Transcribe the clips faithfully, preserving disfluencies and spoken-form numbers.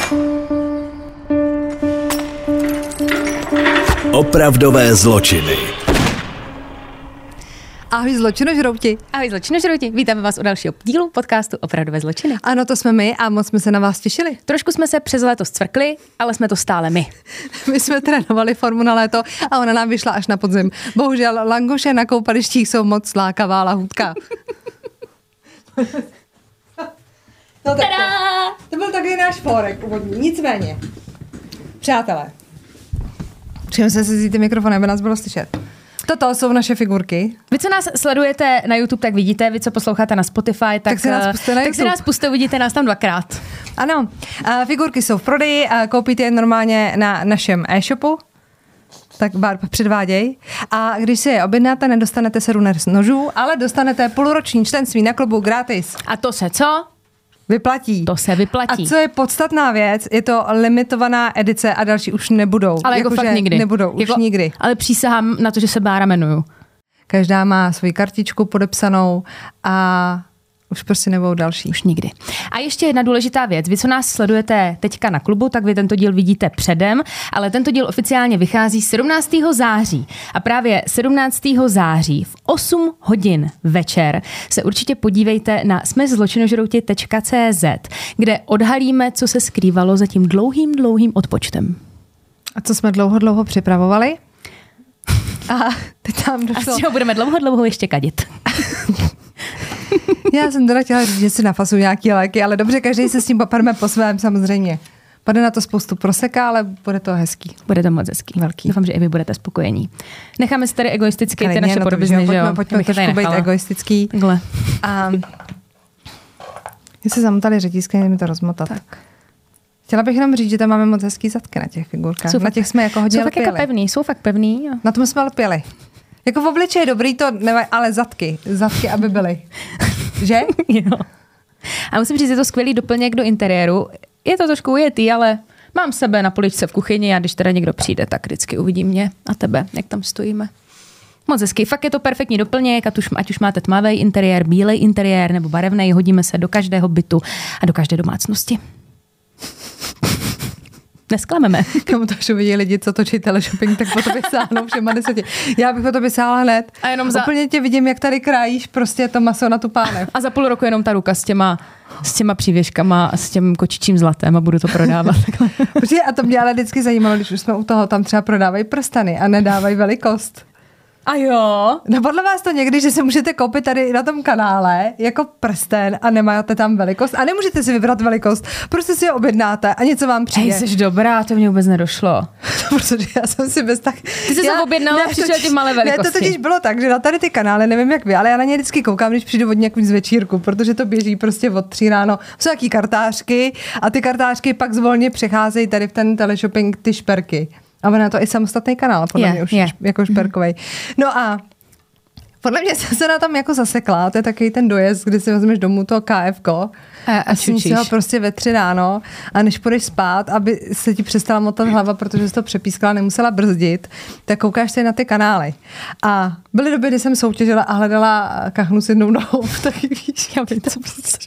Opravdové zločiny. Ahoj zločinožrouti. Ahoj zločinožrouti, vítáme vás u dalšího dílu podcastu Opravdové zločiny. Ano, to jsme my a moc jsme se na vás těšili. Trošku jsme se přes léto zcvrkli, ale jsme to stále my. My jsme trénovali formu na léto a ona nám vyšla až na podzim. Bohužel langoše na koupalištích jsou moc lákavá lahůdka. No tak to, to byl takový náš fórek úvodní. Nicméně, přátelé, přijeme se si vzít ty mikrofony, aby nás bylo slyšet. Toto jsou naše figurky. Vy, co nás sledujete na YouTube, tak vidíte, vy, co posloucháte na Spotify, tak, tak si nás puste na tak si nás puste, uvidíte nás tam dvakrát. Ano, a figurky jsou v prodeji a koupíte je normálně na našem e-shopu. Tak Barb, předváděj. A když si je objednáte, nedostanete se runer z nožů, ale dostanete půlroční členství na klubu gratis. A to se co? Vyplatí. To se vyplatí. A co je podstatná věc, je to limitovaná edice a další už nebudou. Ale jako, jako fakt nikdy. Nebudou, už jako, nikdy. Ale přísahám na to, že se Bára jmenuju. Každá má svoji kartičku podepsanou a už prostě nebudou další. Už nikdy. A ještě jedna důležitá věc. Vy, co nás sledujete teďka na klubu, tak vy tento díl vidíte předem, ale tento díl oficiálně vychází sedmnáctého září. A právě sedmnáctého září v osm hodin večer se určitě podívejte na jsme zločinožrouti tečka cé zet, kde odhalíme, co se skrývalo za tím dlouhým, dlouhým odpočtem. A co jsme dlouho, dlouho připravovali? A teď tam došlo. A z čeho budeme dlouho, dlouho ještě kadit. Já jsem teda chtěla říct, že si nafasuju nějaký léky, ale dobře, každý se s tím popademe po svém samozřejmě. Pade na to spoustu proseka, ale bude to hezký. Bude to moc hezký. Velký. Doufám, že i vy budete spokojení. Necháme si tady egoisticky ty naše no podobizny, že jo? Pojďme, pojďme trošku být egoistický. Takhle. A já se zamotali řetízky, mi to rozmotat. Tak. Chtěla bych jenom říct, že tam máme moc hezký zadky na těch figurkách. Jsou na těch jsme jako hodně jsou lpěli. Jsou fakt jako pevný, jsou fakt pevný. Jo. Na tom jsme lpěli. Jako v obličeji dobrý to, nevaj, ale zadky. Zadky, aby byly. Že? Jo. A musím říct, je to skvělý doplněk do interiéru. Je to trošku ujetý, ale mám sebe na poličce v kuchyni a když teda někdo přijde, tak vždycky uvidí mě a tebe, jak tam stojíme. Moc hezký. Fakt je to perfektní doplněk, ať už, ať už máte tmavý interiér, bílej interiér nebo barevný, hodíme se do každého bytu a do každé domácnosti. Nesklameme. Komu to už uvidí lidi, co točí teleshopping, tak po tobě sáhnou všema deseti. Já bych po tobě sáhla hned. A jenom za... Úplně tě vidím, jak tady krájíš prostě to maso na tu pánev. A za půl roku jenom ta ruka s těma, s těma přívěškama a s tím kočičím zlatem a budu to prodávat. Protože a to mě ale vždycky zajímalo, když už jsme u toho, tam třeba prodávají prstany a nedávají velikost. A jo. Napadlo vás to někdy, že si můžete koupit tady na tom kanále jako prsten a nemáte tam velikost a nemůžete si vybrat velikost, prostě si je objednáte a něco vám přijde. Hej, jsi dobrá, to mě vůbec nedošlo. Protože já jsem si bez tak... Ty jsi se objednala a přišla ty malé velikosti. Ne, to totiž bylo tak, že na tady ty kanály, nevím jak vy, ale já na ně vždycky koukám, když přijdu od nějakou z večírku, protože to běží prostě od tří ráno. Jsou jaký kartářky a ty kartářky pak zvolně přecházejí tady v ten teleshopping ty šperky. A na to i samostatný kanál, podle je, mě už je. jako šperkovej. No a podle mě jsem se na tam jako zasekla, to je takový ten dojezd, kdy si vezmeš domů to KFko a, a sníš si ho prostě ve tři ráno a než půjdeš spát, aby se ti přestala motat hlava, protože jsi to přepískala, nemusela brzdit, tak koukáš si na ty kanály. A byly doby, kdy jsem soutěžila a hledala kachnu s jednou nohou, tak víš, já bych to prostě...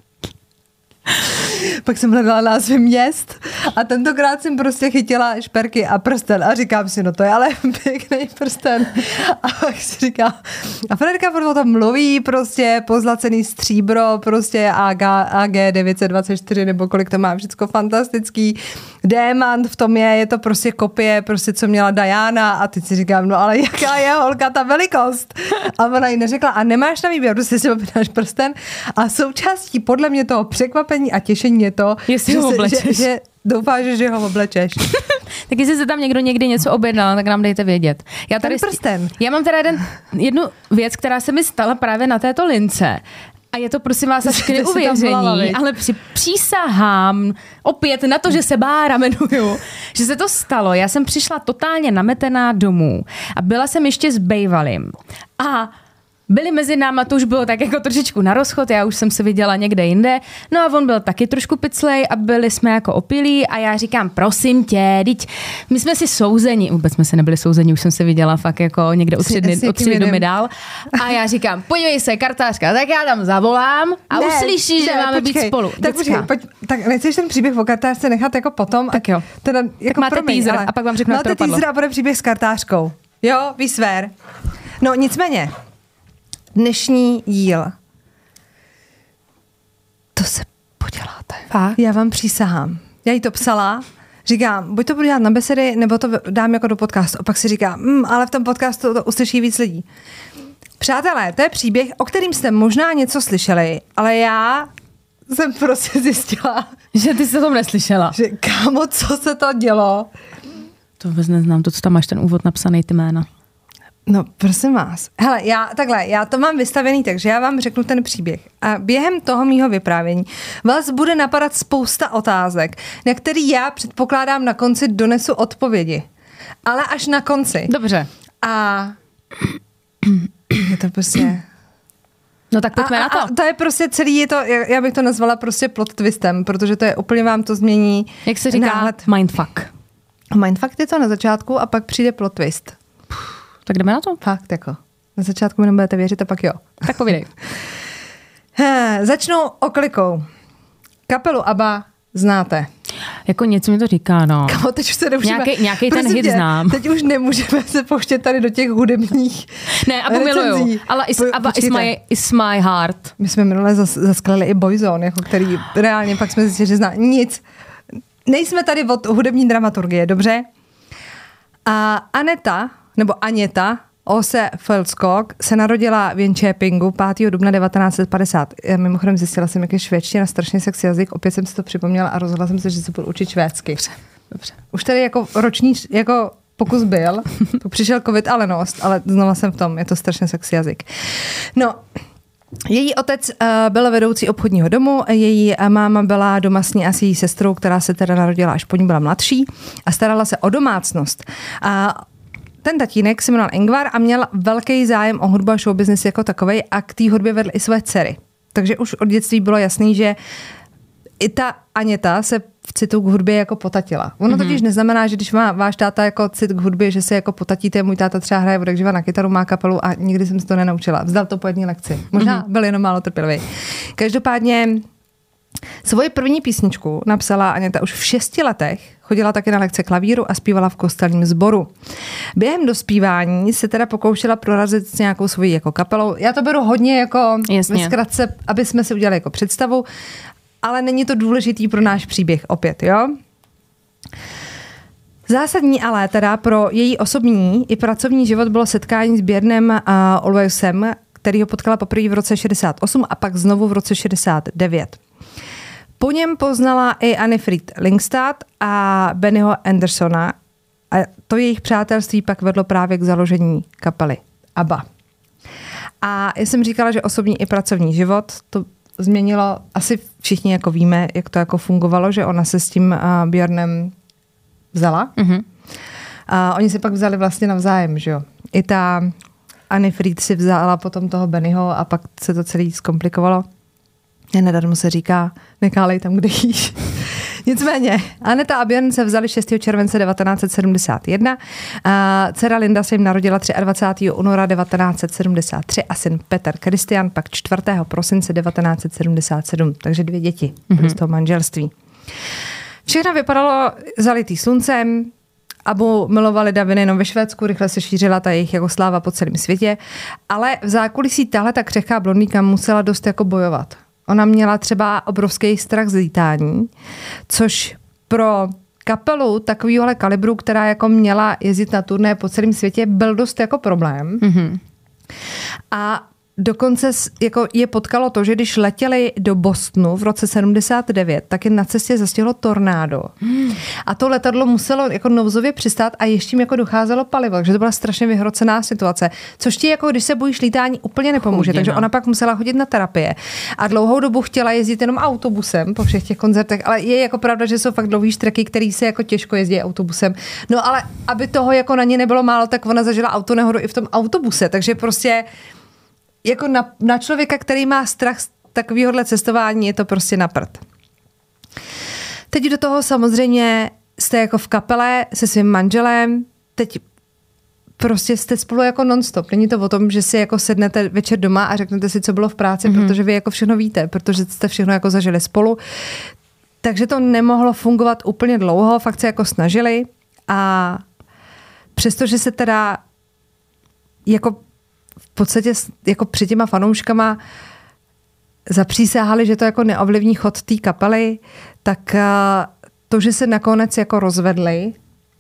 Pak jsem hledala názvy měst a tentokrát jsem prostě chytila šperky a prsten a říkám si, no to je ale pěkný prsten. A pak si říkám, a Fredka o tom mluví, prostě pozlacený stříbro, prostě A G devět set dvacet čtyři nebo kolik to má, všecko fantastický. Démant v tom je, je to prostě kopie, prostě co měla Diana a teď si říkám, no ale jaká je holka ta velikost? A ona jí neřekla, a nemáš na výběr, prostě si objednáš prsten a součástí podle mě toho překvapení a těšení je to, jestli že, ho se, že, že doufáš, že ho oblečeš. Tak jestli se tam někdo někdy něco objednal, tak nám dejte vědět. Já tady Ten prsten. Já mám teda jeden, jednu věc, která se mi stala právě na této lince. A je to prosím vás až k neuvěření, ale při, přísahám opět na to, že se Bára jmenuju, že se to stalo. Já jsem přišla totálně nametená domů a byla jsem ještě s bejvalým. A byli mezi náma, to už bylo tak jako trošičku na rozchod, já už jsem se viděla někde jinde, no a on byl taky trošku piclej a byli jsme jako opilí a já říkám, prosím tě, teď my jsme si souzeni, vůbec jsme si nebyli souzeni, už jsem se viděla fakt jako někde o tři, dny, o tři domy dál a já říkám, podívej se, kartářka, tak já tam zavolám a ne, uslyší, že ne, máme počkej, být spolu. Tak počkej, pojď, tak nechceš ten příběh o kartářce nechat jako potom? Tak jo. Teda, jako tak máte promiň, teaser a pak vám řeknu, jak to dopadlo. Máte teaser a bude příběh s kartářkou. Jo, výsvér. No nicméně, dnešní díl. To se poděláte. Fakt? Já vám přísahám. Já jí to psala, říkám, buď to budu dělat na besedy, nebo to dám jako do podcastu. A pak si říkám, mm, ale v tom podcastu to uslyší víc lidí. Přátelé, to je příběh, o kterým jste možná něco slyšeli, ale já jsem prostě zjistila, že ty jsi to neslyšela. Že kámo, co se to dělo? To vůbec neznám, to, co tam máš ten úvod napsaný, ty jména. No, prosím vás. Hele, já takhle, já to mám vystavený, takže já vám řeknu ten příběh. A během toho mýho vyprávění vás bude napadat spousta otázek, na který já předpokládám na konci donesu odpovědi. Ale až na konci. Dobře. A je to prostě... No tak pojďme a, na to. A to je prostě celý, je to, já bych to nazvala prostě plot twistem, protože to je úplně vám to změní. Jak se říká? Náhled. Mindfuck. Mindfuck je to na začátku a pak přijde plot twist. Tak jdeme na to? Fakt jako. Na začátku mi nebudete věřit a pak jo. Tak povídej. Začnu oklikou. Kapelu ABBA znáte. Jako něco mi to říká, no. Kamo, teď už se nemůžeme... Nějaký, nějaký ten hit tě, znám. Teď už nemůžeme se pouštět tady do těch hudebních Ne, ABBA miluju, ale is, ABBA is my, is my heart. My jsme minule zas, zasklali i Boyzone, jako který reálně pak jsme zjistili, že zná nic. Nejsme tady od hudební dramaturgie, dobře? A Aneta, nebo Aněta Ose Feldskog se narodila v Jönköpingu pátého dubna devatenáct set padesát. Já mimochodem zjistila jsem, jak je švédština strašně sexy jazyk, opět jsem si to připomněla a rozhodla jsem se, že se budu učit švédsky. Dobře, dobře. Už tady jako roční jako pokus byl, to přišel covid a lenost, ale znova jsem v tom, je to strašně sexy jazyk. No, její otec uh, byl vedoucí obchodního domu, její uh, máma byla doma s ní a s její sestrou, která se teda narodila, až po ní byla mladší a starala se o domácnost. A ten tatínek se jmenoval Ingvar a měl velký zájem o hudbu a showbusiness jako takovej a k té hudbě vedl i své dcery. Takže už od dětství bylo jasný, že i ta Aněta se v citu k hudbě jako potatila. Ono mm-hmm. totiž neznamená, že když má váš táta jako cit k hudbě, že se jako potatíte, můj táta třeba hraje odjakživa na kytaru, má kapelu a nikdy jsem se to nenaučila. Vzdal to po jedné lekci. Možná mm-hmm. byl jenom málo trpělivý. Každopádně svoji první písničku napsala Aněta už v šesti letech, chodila taky na lekce klavíru a zpívala v kostelním sboru. Během dospívání se teda pokoušela prorazit s nějakou svojí jako kapelou. Já to beru hodně jako ve zkratce, aby jsme si udělali jako představu, ale není to důležitý pro náš příběh opět, jo? Zásadní ale teda pro její osobní i pracovní život bylo setkání s Björnem Ulvaeusem, který ho potkala poprvé v roce šedesát osm a pak znovu v roce šedesát devět. Po něm poznala i Annefrid Lyngstad a Bennyho Andersona a to jejich přátelství pak vedlo právě k založení kapely ABBA. A já jsem říkala, že osobní i pracovní život to změnilo, asi všichni jako víme, jak to jako fungovalo, že ona se s tím uh, Björnem vzala. Mm-hmm. A oni se pak vzali vlastně navzájem, že jo. I ta Annefrid si vzala potom toho Bennyho a pak se to celý zkomplikovalo. Nenadarmo se říká, nekálej tam, kde jíš. Nicméně, Aneta a Björn se vzali šestého července devatenáct set sedmdesát jedna. A dcera Linda se jim narodila dvacátého třetího února devatenáct set sedmdesát tři a syn Petr Christian pak čtvrtého prosince devatenáct set sedmdesát sedm. Takže dvě děti byly z toho manželství. Všechno vypadalo zalitý sluncem, Abu milovali davy nejenom ve Švédsku, rychle se šířila ta jejich jako sláva po celém světě, ale v zákulisí tahle ta křehká blondýnka musela dost jako bojovat. Ona měla třeba obrovský strach z lítání, což pro kapelu takovýhohle kalibru, která jako měla jezdit na turné po celém světě, byl dost jako problém. Mm-hmm. A dokonce jako je potkalo to, že když letěli do Bostonu v roce sedmdesát devět, tak je na cestě zastihlo tornádo. Hmm. A to letadlo muselo jako nouzově přistát a ještě jim jako docházelo palivo, takže to byla strašně vyhrocená situace. Což ti jako, když se bojíš lítání, úplně nepomůže. Chudina. Takže ona pak musela chodit na terapie. A dlouhou dobu chtěla jezdit jenom autobusem po všech těch koncertech, ale je jako pravda, že jsou fakt dlouhý štreky, který se jako těžko jezdí autobusem. No ale aby toho jako na ně nebylo málo, tak ona zažila autonehodu i v tom autobuse, takže prostě jako na, na člověka, který má strach z takovýhohle cestování, je to prostě na prd. Teď do toho samozřejmě jste jako v kapele se svým manželem, teď prostě jste spolu jako non-stop. Není to o tom, že si jako sednete večer doma a řeknete si, co bylo v práci, mm-hmm. protože vy jako všechno víte, protože jste všechno jako zažili spolu. Takže to nemohlo fungovat úplně dlouho, fakt se jako snažili a přestože se teda jako v podstatě jako před těma fanouškama zapřísáhali, že to jako neovlivní chod té kapely, tak to, že se nakonec jako rozvedli,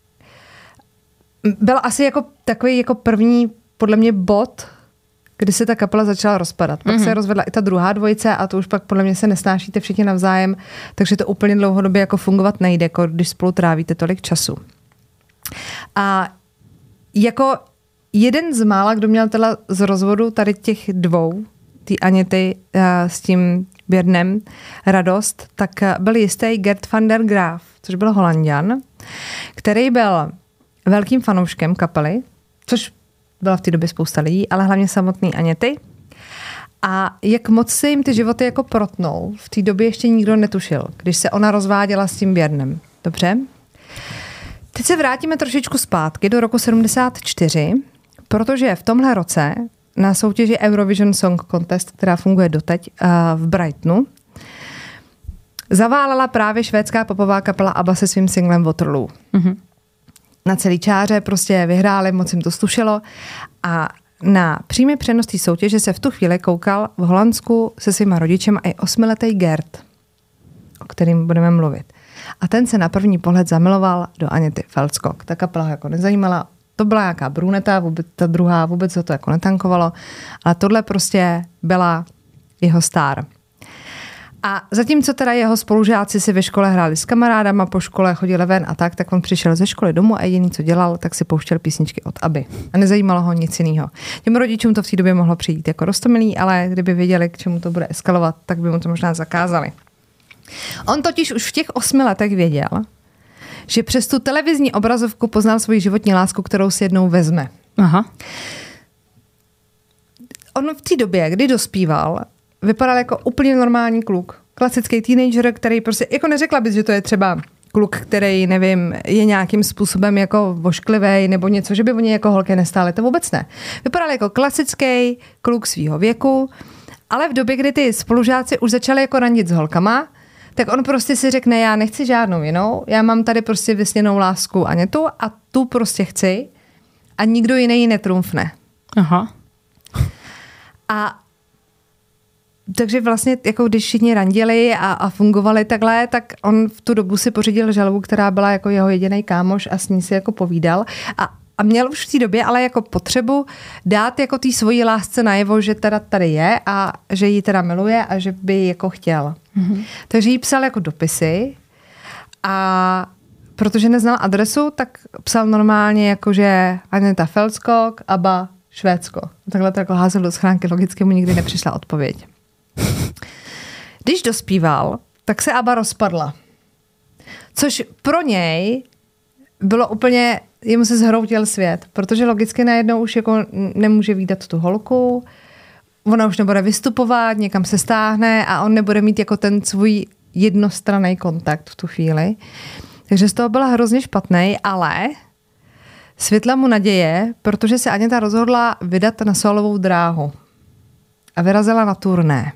byl asi jako takový jako první podle mě bod, kdy se ta kapela začala rozpadat. Pak mm-hmm. se rozvedla i ta druhá dvojice a to už pak podle mě se nesnášíte všichni navzájem, takže to úplně dlouhodobě jako fungovat nejde, jako když spolu trávíte tolik času. A jako jeden z mála, kdo měl teda z rozvodu tady těch dvou, ty Aněty uh, s tím Björnem radost, tak byl jistý Gert van der Graaf, což byl Holanďan, který byl velkým fanouškem kapely, což byla v té době spousta lidí, ale hlavně samotný Aněty. A jak moc se jim ty životy jako protnou, v té době ještě nikdo netušil, když se ona rozváděla s tím Björnem. Dobře? Teď se vrátíme trošičku zpátky do roku sedmdesát čtyři, protože v tomhle roce na soutěži Eurovision Song Contest, která funguje doteď v Brightonu, zaválela právě švédská popová kapela ABBA se svým singlem Waterloo. Mm-hmm. Na celý čáře prostě vyhráli, moc jim to slušelo a na přímý přenos té soutěže se v tu chvíli koukal v Holandsku se svýma rodičema i osmiletý Gert, o kterým budeme mluvit. A ten se na první pohled zamiloval do Aněty Fältskog. Ta kapela ho jako nezajímala, to byla nějaká bruneta, vůbec, ta druhá vůbec se to jako netankovalo, ale tohle prostě byla jeho star. A zatímco teda jeho spolužáci si ve škole hráli s kamarádama, po škole chodili ven a tak, tak on přišel ze školy domů a jediný, co dělal, tak si pouštěl písničky od ABBY. A nezajímalo ho nic jiného. Těm rodičům to v té době mohlo přijít jako roztomilý, ale kdyby věděli, k čemu to bude eskalovat, tak by mu to možná zakázali. On totiž už v těch osmi letech věděl, že přes tu televizní obrazovku poznal svoji životní lásku, kterou si jednou vezme. Aha. On v té době, kdy dospíval, vypadal jako úplně normální kluk. Klasický teenager, který prostě, jako neřekla bys, že to je třeba kluk, který, nevím, je nějakým způsobem jako vošklivý nebo něco, že by oni jako holky nestály. To vůbec ne. Vypadal jako klasický kluk svýho věku, ale v době, kdy ty spolužáci už začali jako randit s holkama, tak on prostě si řekne, já nechci žádnou jinou, já mám tady prostě vysněnou lásku Anětu a tu prostě chci a nikdo jiný ji netrumfne. Aha. A takže vlastně, jako když všichni randili a, a fungovali takhle, tak on v tu dobu si pořídil želvu, která byla jako jeho jediný kámoš a s ní si jako povídal. A, a měl už v té době ale jako potřebu dát jako té svojí lásce najevo, že teda tady je a že ji teda miluje a že by ji jako chtěl. Mm-hmm. Takže jí psal jako dopisy a protože neznal adresu, tak psal normálně jako, že Aněta Fältskog, ABBA, Švédsko. Takhle to jako házel do schránky, logicky mu nikdy nepřišla odpověď. Když dospíval, tak se ABBA rozpadla. Což pro něj bylo úplně, jemu se zhroutil svět, protože logicky najednou už jako nemůže vídat tu holku, ona už nebude vystupovat, někam se stáhne a on nebude mít jako ten svůj jednostranný kontakt v tu chvíli. Takže z toho byla hrozně špatnej, ale světla mu naděje, protože se Aněta rozhodla vydat na solovou dráhu a vyrazila na turné.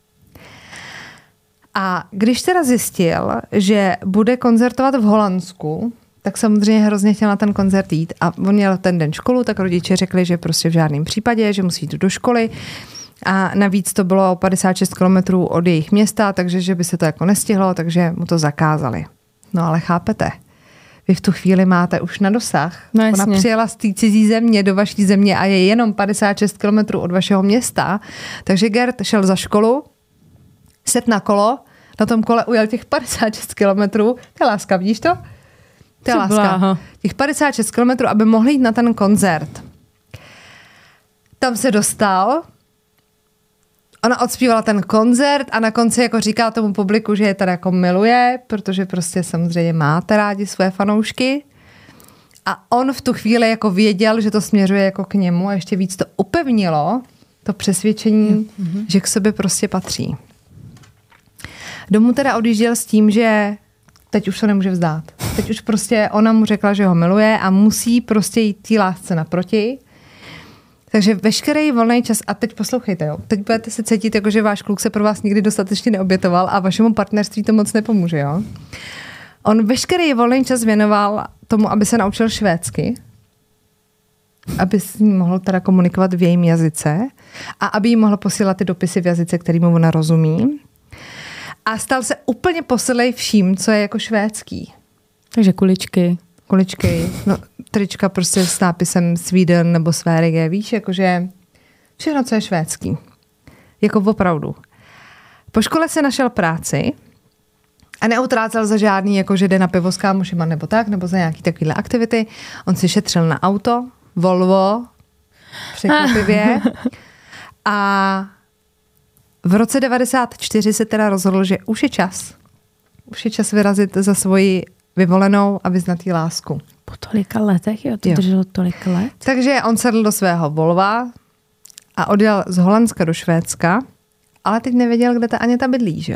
A když teda zjistil, že bude koncertovat v Holandsku, tak samozřejmě hrozně chtěl na ten koncert jít. A on měl ten den školu, tak rodiče řekli, že prostě v žádném případě, že musí jít do školy. A navíc to bylo padesát šest kilometrů od jejich města, takže že by se to jako nestihlo, takže mu to zakázali. No ale chápete, vy v tu chvíli máte už na dosah. No, ona přijela z té cizí země do vaší země a je jenom padesát šest kilometrů od vašeho města. Takže Gert šel za školu, set na kolo, na tom kole ujel těch padesát šest kilometrů. To je láska, vidíš to? To je láska. Bláho. Těch padesát šest kilometrů, aby mohli jít na ten koncert. Tam se dostal, ona odspívala ten koncert a na konci jako říká tomu publiku, že je teda jako miluje, protože prostě samozřejmě máte rádi své fanoušky. A on v tu chvíli jako věděl, že to směřuje jako k němu a ještě víc to upevnilo, To přesvědčení, mm-hmm. že k sobě prostě patří. Domů teda odjížděl s tím, že teď už to nemůže vzdát. Teď už prostě ona mu řekla, že ho miluje a musí prostě jít té lásce naproti. Takže veškerý volný čas, a teď poslouchejte, jo, teď budete se cítit, jako že váš kluk se pro vás nikdy dostatečně neobětoval a vašemu partnerství to moc nepomůže, jo. On veškerý volný čas věnoval tomu, aby se naučil švédsky, aby s ní mohl teda komunikovat v jejím jazyce a aby jí mohl posílat ty dopisy v jazyce, kterýmu ona rozumí. A stal se úplně posilej vším, co je jako švédský. Takže kuličky. Kuličky, no, trička prostě s nápisem Sweden nebo Sverige, víš, jakože všechno, co je švédský. Jako opravdu. Po škole se našel práci a neutrácel za žádný, jakože jde na pivo s kámošima nebo tak, nebo za nějaký takovýhle aktivity. On si šetřil na auto, Volvo, překvapivě. A v roce devadesát čtyři se teda rozhodl, že už je čas. Už je čas vyrazit za svoji vyvolenou a vyznat jí lásku. Po tolika letech, jo? To jo. Drželo tolik let? Takže on sedl do svého Volva a odjel z Holandska do Švédska, ale teď nevěděl, kde ta Aněta bydlí, že jo?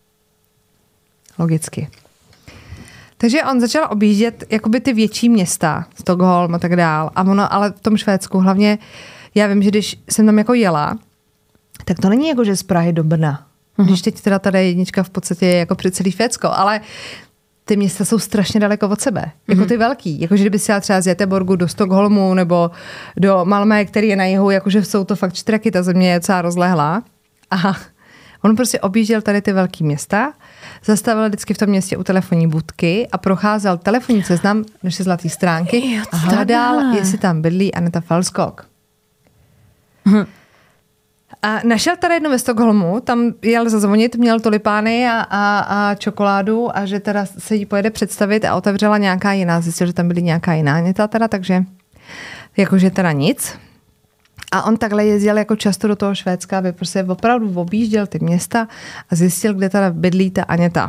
Logicky. Takže on začal objíždět jakoby ty větší města, Stockholm a tak dál. A ono, ale v tom Švédsku hlavně, já vím, že když jsem tam jako jela, tak to není jako, že z Prahy do Brna. Uh-huh. Když teď teda tady jednička v podstatě je jako před celý Švédsko, ale ty města jsou strašně daleko od sebe. Jako uh-huh. ty velký. Jakože kdyby si jela třeba z Göteborgu do Stockholmu nebo do Malmö, který je na jihu, jakože jsou to fakt čtyřaky, ta země je docela rozlehlá. A on prostě objížděl tady ty velký města, zastavil vždycky v tom městě u telefonní budky a procházel telefonní seznam naše zlaté stránky jo, a hledal, jestli tam bydlí Aneta Falskog. Uh-huh. A našel tady jedno ve Stockholmu, tam jel zazvonit, měl tulipány a, a, a čokoládu a že teda se jí pojede představit a otevřela nějaká jiná. Zjistil, že tam byly nějaká jiná Aněta teda, takže jakože teda nic. A on takhle jezdil jako často do toho Švédska, aby prostě opravdu objížděl ty města a zjistil, kde teda bydlí ta Aněta.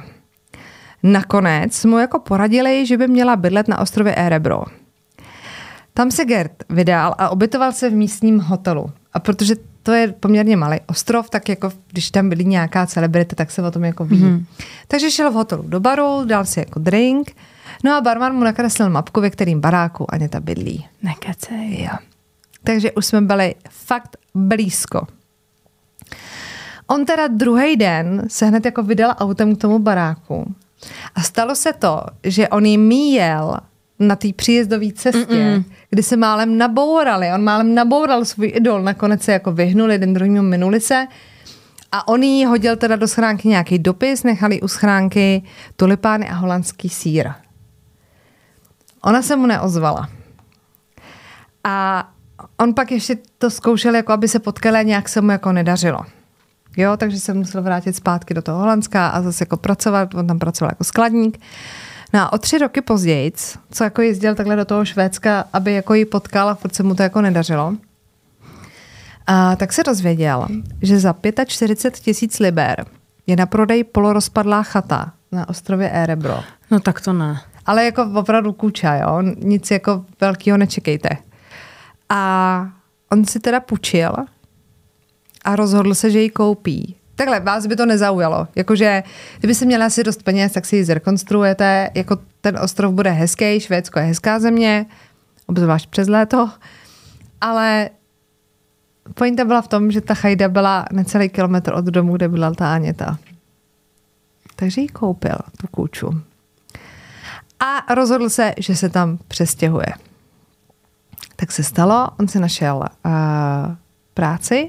Nakonec mu jako poradili, že by měla bydlet na ostrově Örebro. Tam se Gert vydal a ubytoval se v místním hotelu. A protože to je poměrně malý ostrov, tak jako když tam byly nějaká celebrita, tak se o tom jako ví. Mm. Takže šel v hotelu do baru, dal si jako drink, no a barman mu nakreslil mapku, ve kterým baráku Aněta bydlí. Nekacej. Jo. Takže už jsme byli fakt blízko. On teda druhý den se hned jako vydal autem k tomu baráku. A stalo se to, že on jí míjel na té příjezdové cestě, Mm-mm. kdy se málem nabourali. On málem naboural svůj idol, nakonec se jako vyhnul, jeden druhýmu minuli se. A on jí hodil teda do schránky nějaký dopis, nechali u schránky tulipány a holandský sýr. Ona se mu neozvala. A on pak ještě to zkoušel, jako aby se potkali a nějak se mu jako nedařilo. Jo, takže se musel vrátit zpátky do toho Holandska a zase jako pracovat. On tam pracoval jako skladník. No a o tři roky později, co jako jezdil takhle do toho Švédska, aby jako ji potkal a furt se mu to jako nedařilo, a tak se dozvěděl, že za čtyřicet pět tisíc liber je na prodej polorozpadlá chata na ostrově Örebro. No tak to ne. Ale jako opravdu kůča, jo? Nic jako velkýho nečekejte. A on si teda půjčil a rozhodl se, že ji koupí. Takhle, vás by to nezaujalo. Jakože, kdyby se měla asi dost peněz, tak si ji zrekonstruujete. Jako ten ostrov bude hezký, Švédsko je hezká země, obzvlášť přes léto. Ale pointa byla v tom, že ta chajda byla necelý kilometr od domu, kde byla ta Aněta. Takže ji koupil, tu kůču. A rozhodl se, že se tam přestěhuje. Tak se stalo, on si našel uh, práci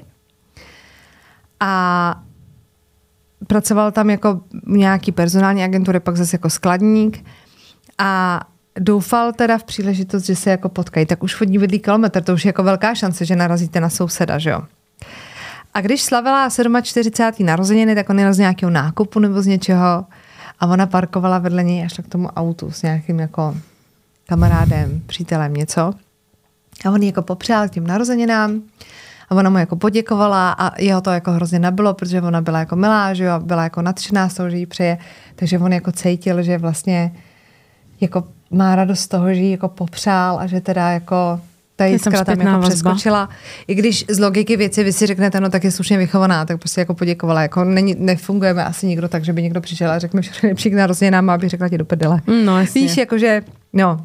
a pracoval tam jako nějaký personální agentury, pak zase jako skladník a doufal teda v příležitost, že se jako potkají. Tak už od ní bydlí kilometr, to už je jako velká šance, že narazíte na souseda, že jo. A když slavila čtyřicátého narozeniny, tak on jel z nějakého nákupu nebo z něčeho a ona parkovala vedle něj až k tomu autu s nějakým jako kamarádem, přítelem, něco. A on ji jako popřál k těm narozeninám a ona mu jako poděkovala a jeho to jako hrozně nabilo, protože ona byla jako milá, že jo, a byla jako nadšená z toho, že jí přeje, takže on jako cítil, že vlastně jako má radost z toho, že jí jako popřál a že teda jako Ta jiskra tam jako vazba. Přeskočila. I když z logiky věci vy si řeknete, no tak je slušně vychovaná, tak prostě jako poděkovala. Jako není, nefungujeme asi nikdo tak, že by někdo přišel a řekl mi všechny nepřík narozeninám, abych řekla ti do prdele. No, víš, jakože, no.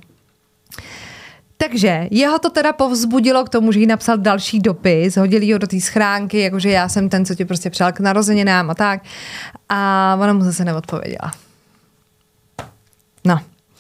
Takže jeho to teda povzbudilo k tomu, že jí napsal další dopis, hodil ho do té schránky, jakože já jsem ten, co ti prostě přál k narozeninám a tak. A ona mu zase neodpověděla. No.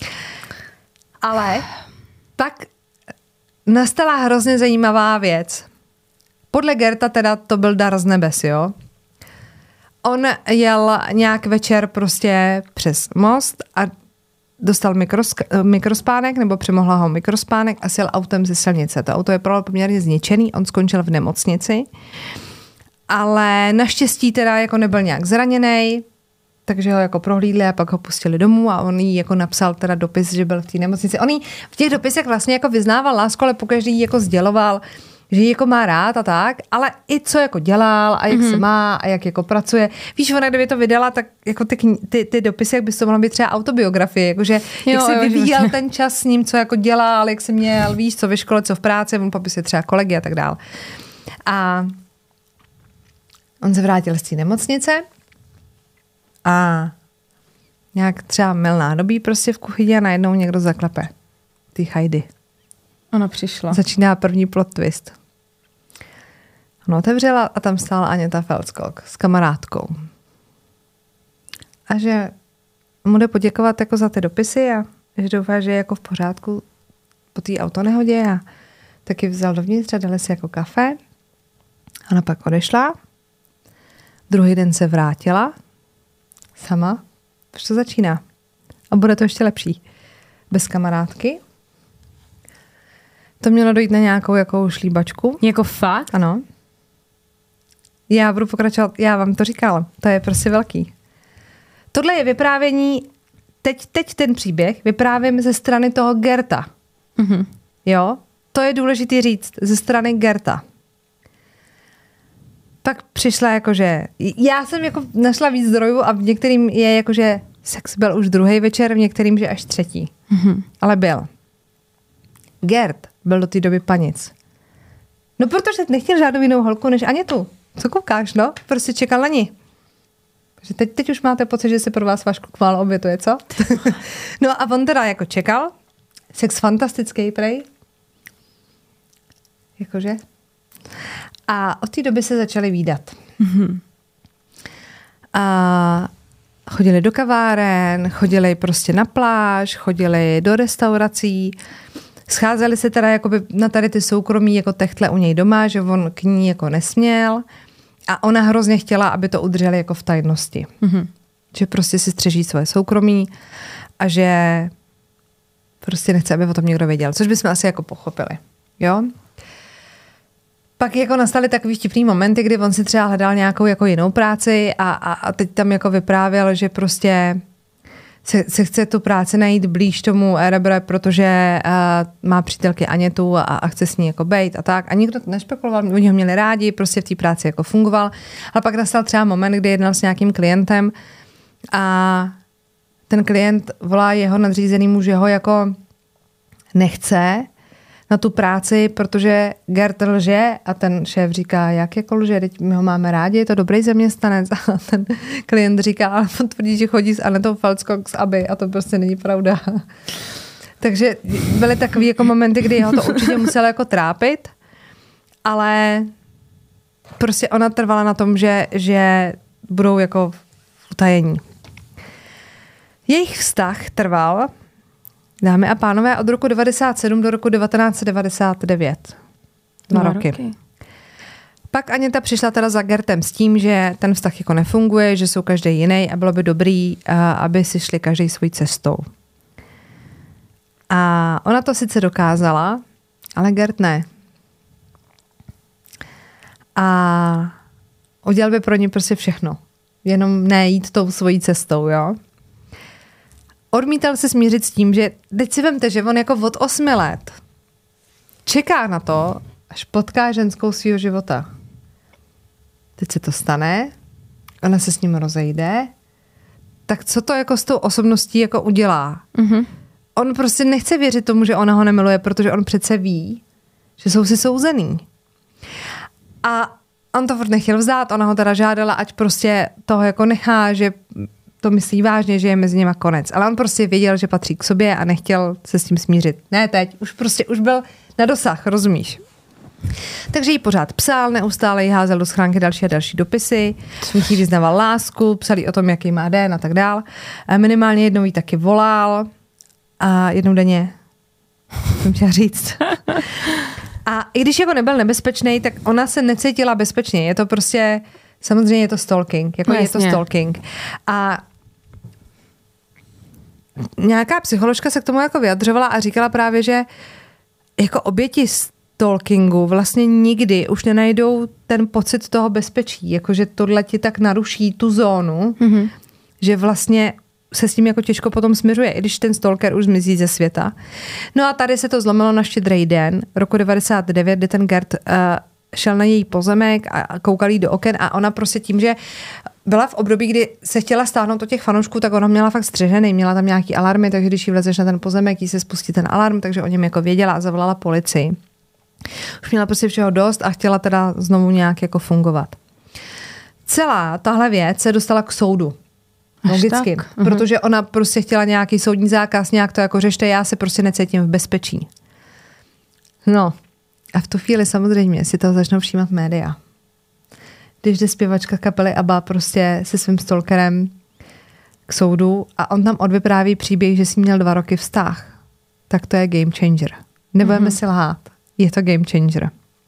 Ale pak nastala hrozně zajímavá věc. Podle Gerta teda to byl dar z nebes, jo. On jel nějak večer prostě přes most a dostal mikrosk- mikrospánek, nebo přemohla ho mikrospánek a sjel autem ze silnice. To auto je poměrně zničený, on skončil v nemocnici, ale naštěstí teda jako nebyl nějak zraněný, takže ho jako prohlídli a pak ho pustili domů a on jí jako napsal teda dopis, že byl v té nemocnici. On jí v těch dopisech vlastně jako vyznával lásku, ale pokaždý jako sděloval, že ji jako má rád a tak, ale i co jako dělal a jak mm-hmm. se má a jak jako pracuje. Víš, ona kdyby to vydala, tak jako ty, ty, ty dopisy, jak by to mohla být třeba autobiografie, jakože jo, jak se vyvíjel ten čas s ním, co jako dělal, jak se měl, víš, co ve škole, co v práci, on popisuje třeba kolegy a tak dál. A on se vrátil z té nemocnice a nějak třeba mil nádobí prostě v kuchyni a najednou někdo zaklepe. Ty Heidi. Ona přišla. Začíná první plot twist. Ona otevřela a tam stála Aněta Felskog s kamarádkou. A že mu jde poděkovat jako za ty dopisy a že doufá, že je jako v pořádku po té autonehodě a taky vzal dovnitř a dali si jako kafe. Ona pak odešla. Druhý den se vrátila sama. Už to začíná. A bude to ještě lepší. Bez kamarádky. To mělo dojít na nějakou jako šlíbačku. Jako fakt? Ano. Já budu pokračovat, já vám to říkala, to je prostě velký. Tohle je vyprávění, teď, teď ten příběh vyprávím ze strany toho Gerta. Mm-hmm. Jo, to je důležité říct, ze strany Gerta. Pak přišla jakože, já jsem jako našla víc zdrojů a v některým je jakože sex byl už druhý večer, v některým, že až třetí. Mm-hmm. Ale byl. Gert byl do té doby panic. No protože nechtěl žádnou jinou holku než Anětu. Co koukáš, no? Prostě čekal na ní. Že teď, teď už máte pocit, že se pro vás Vašku kmálo obětuje, co? No a on teda jako čekal. Sex fantastický, prej. Jakože. A od té doby se začali vídat. Mm-hmm. A chodili do kaváren, chodili prostě na pláž, chodili do restaurací. Scházeli se teda jakoby na tady ty soukromí jako techtle u něj doma, že on k ní jako nesměl a ona hrozně chtěla, aby to udrželi jako v tajnosti. Mm-hmm. Že prostě si střeží svoje soukromí a že prostě nechce, aby o tom někdo věděl, což bychom asi jako pochopili. Jo? Pak jako nastaly takový vtipný momenty, kdy on si třeba hledal nějakou jako jinou práci a, a, a teď tam jako vyprávěl, že prostě Se, se chce tu práci najít blíž tomu Erebre, protože uh, má přítelky Anětu a, a chce s ní jako bejt a tak. A nikdo to nešpekuloval, oni ho měli rádi, prostě v té práci jako fungoval. Ale pak nastal třeba moment, kdy jednal s nějakým klientem a ten klient volá jeho nadřízenýmu, že ho jako nechce na tu práci, protože Gert lže a ten šéf říká, jak jako lže, teď my ho máme rádi, je to dobrý zaměstnanec a ten klient říká, ale on tvrdí, že chodí s Anetou Felskog z Aby a to prostě není pravda. Takže byly takový jako momenty, kdy ho to určitě muselo jako trápit, ale prostě ona trvala na tom, že, že budou jako v utajení. Jejich vztah trval, dámy a pánové, od roku devadesát sedm do roku devatenáct set devadesát devět. Dva, Dva roky. roky. Pak Aněta přišla teda za Gertem s tím, že ten vztah jako nefunguje, že jsou každý jiný a bylo by dobrý, aby si šli každý svojí cestou. A ona to sice dokázala, ale Gert ne. A udělal by pro ní prostě všechno. Jenom nejít tou svojí cestou, jo. Odmítal se smířit s tím, že teď si vemte, že on jako od osmi let čeká na to, až potká ženskou svýho života. Teď se to stane, ona se s ním rozejde, tak co to jako s tou osobností jako udělá? Mm-hmm. On prostě nechce věřit tomu, že ona ho nemiluje, protože on přece ví, že jsou si souzený. A on to furt nechtěl vzdát, ona ho teda žádala, ať prostě toho jako nechá, že to myslí vážně, že je mezi nima konec. Ale on prostě věděl, že patří k sobě a nechtěl se s tím smířit. Ne teď, už prostě už byl na dosah, rozumíš? Takže jí pořád psal, neustále jí házel do schránky další a další dopisy, jí vyznával lásku, psal jí o tom, jaký má den a tak dál. A minimálně jednou jí taky volal a jednou denně, jsem chtěla říct. A i když jako nebyl nebezpečný, tak ona se necítila bezpečně. Je to prostě, samozřejmě je to stalking, jako no je to stalking. A nějaká psycholožka se k tomu jako vyjadřovala a říkala právě, že jako oběti stalkingu vlastně nikdy už nenajdou ten pocit toho bezpečí, jakože tohle ti tak naruší tu zónu, mm-hmm. že vlastně se s tím jako těžko potom směřuje, i když ten stalker už zmizí ze světa. No a tady se to zlomilo na Štědrý den roku devadesát devět, kdy ten Gert uh, šel na její pozemek a koukal jí do oken a ona prostě tím, že byla v období, kdy se chtěla stáhnout od těch fanoušků, tak ona měla fakt střežený, měla tam nějaký alarmy, takže když jí vlezeš na ten pozemek, jí se spustí ten alarm, takže o něm jako věděla a zavolala policii. Už měla prostě všeho dost a chtěla teda znovu nějak jako fungovat. Celá tahle věc se dostala k soudu. Logicky, protože ona prostě chtěla nějaký soudní zákaz, nějak to jako řešte, já se prostě necítím v bezpečí. No a v tu chvíli samozřejmě si toho začnou všímat média. Když jde zpěvačka kapely ABBA prostě se svým stalkerem k soudu a on tam odvypráví příběh, že si měl dva roky vztah, tak to je game changer. Nebudeme mm-hmm. si lhát. Je to game changer.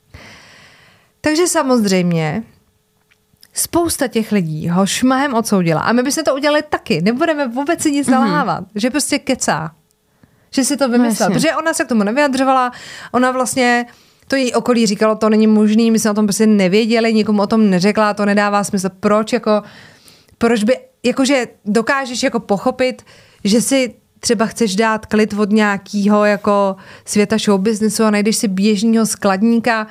Takže samozřejmě spousta těch lidí ho šmahem odsoudila. A my bychom to udělali taky. Nebudeme vůbec si nic nalhávat. Mm-hmm. Že prostě kecá. Že si to vymyslel. No, protože ona se k tomu nevyjadřovala. Ona vlastně, to její okolí říkalo, to není možný, my jsme o tom prostě nevěděli, nikomu o tom neřekla, to nedává smysl. Proč jako, proč by, jakože dokážeš jako pochopit, že si třeba chceš dát klid od nějakého jako světa showbiznesu a najdeš si běžného skladníka.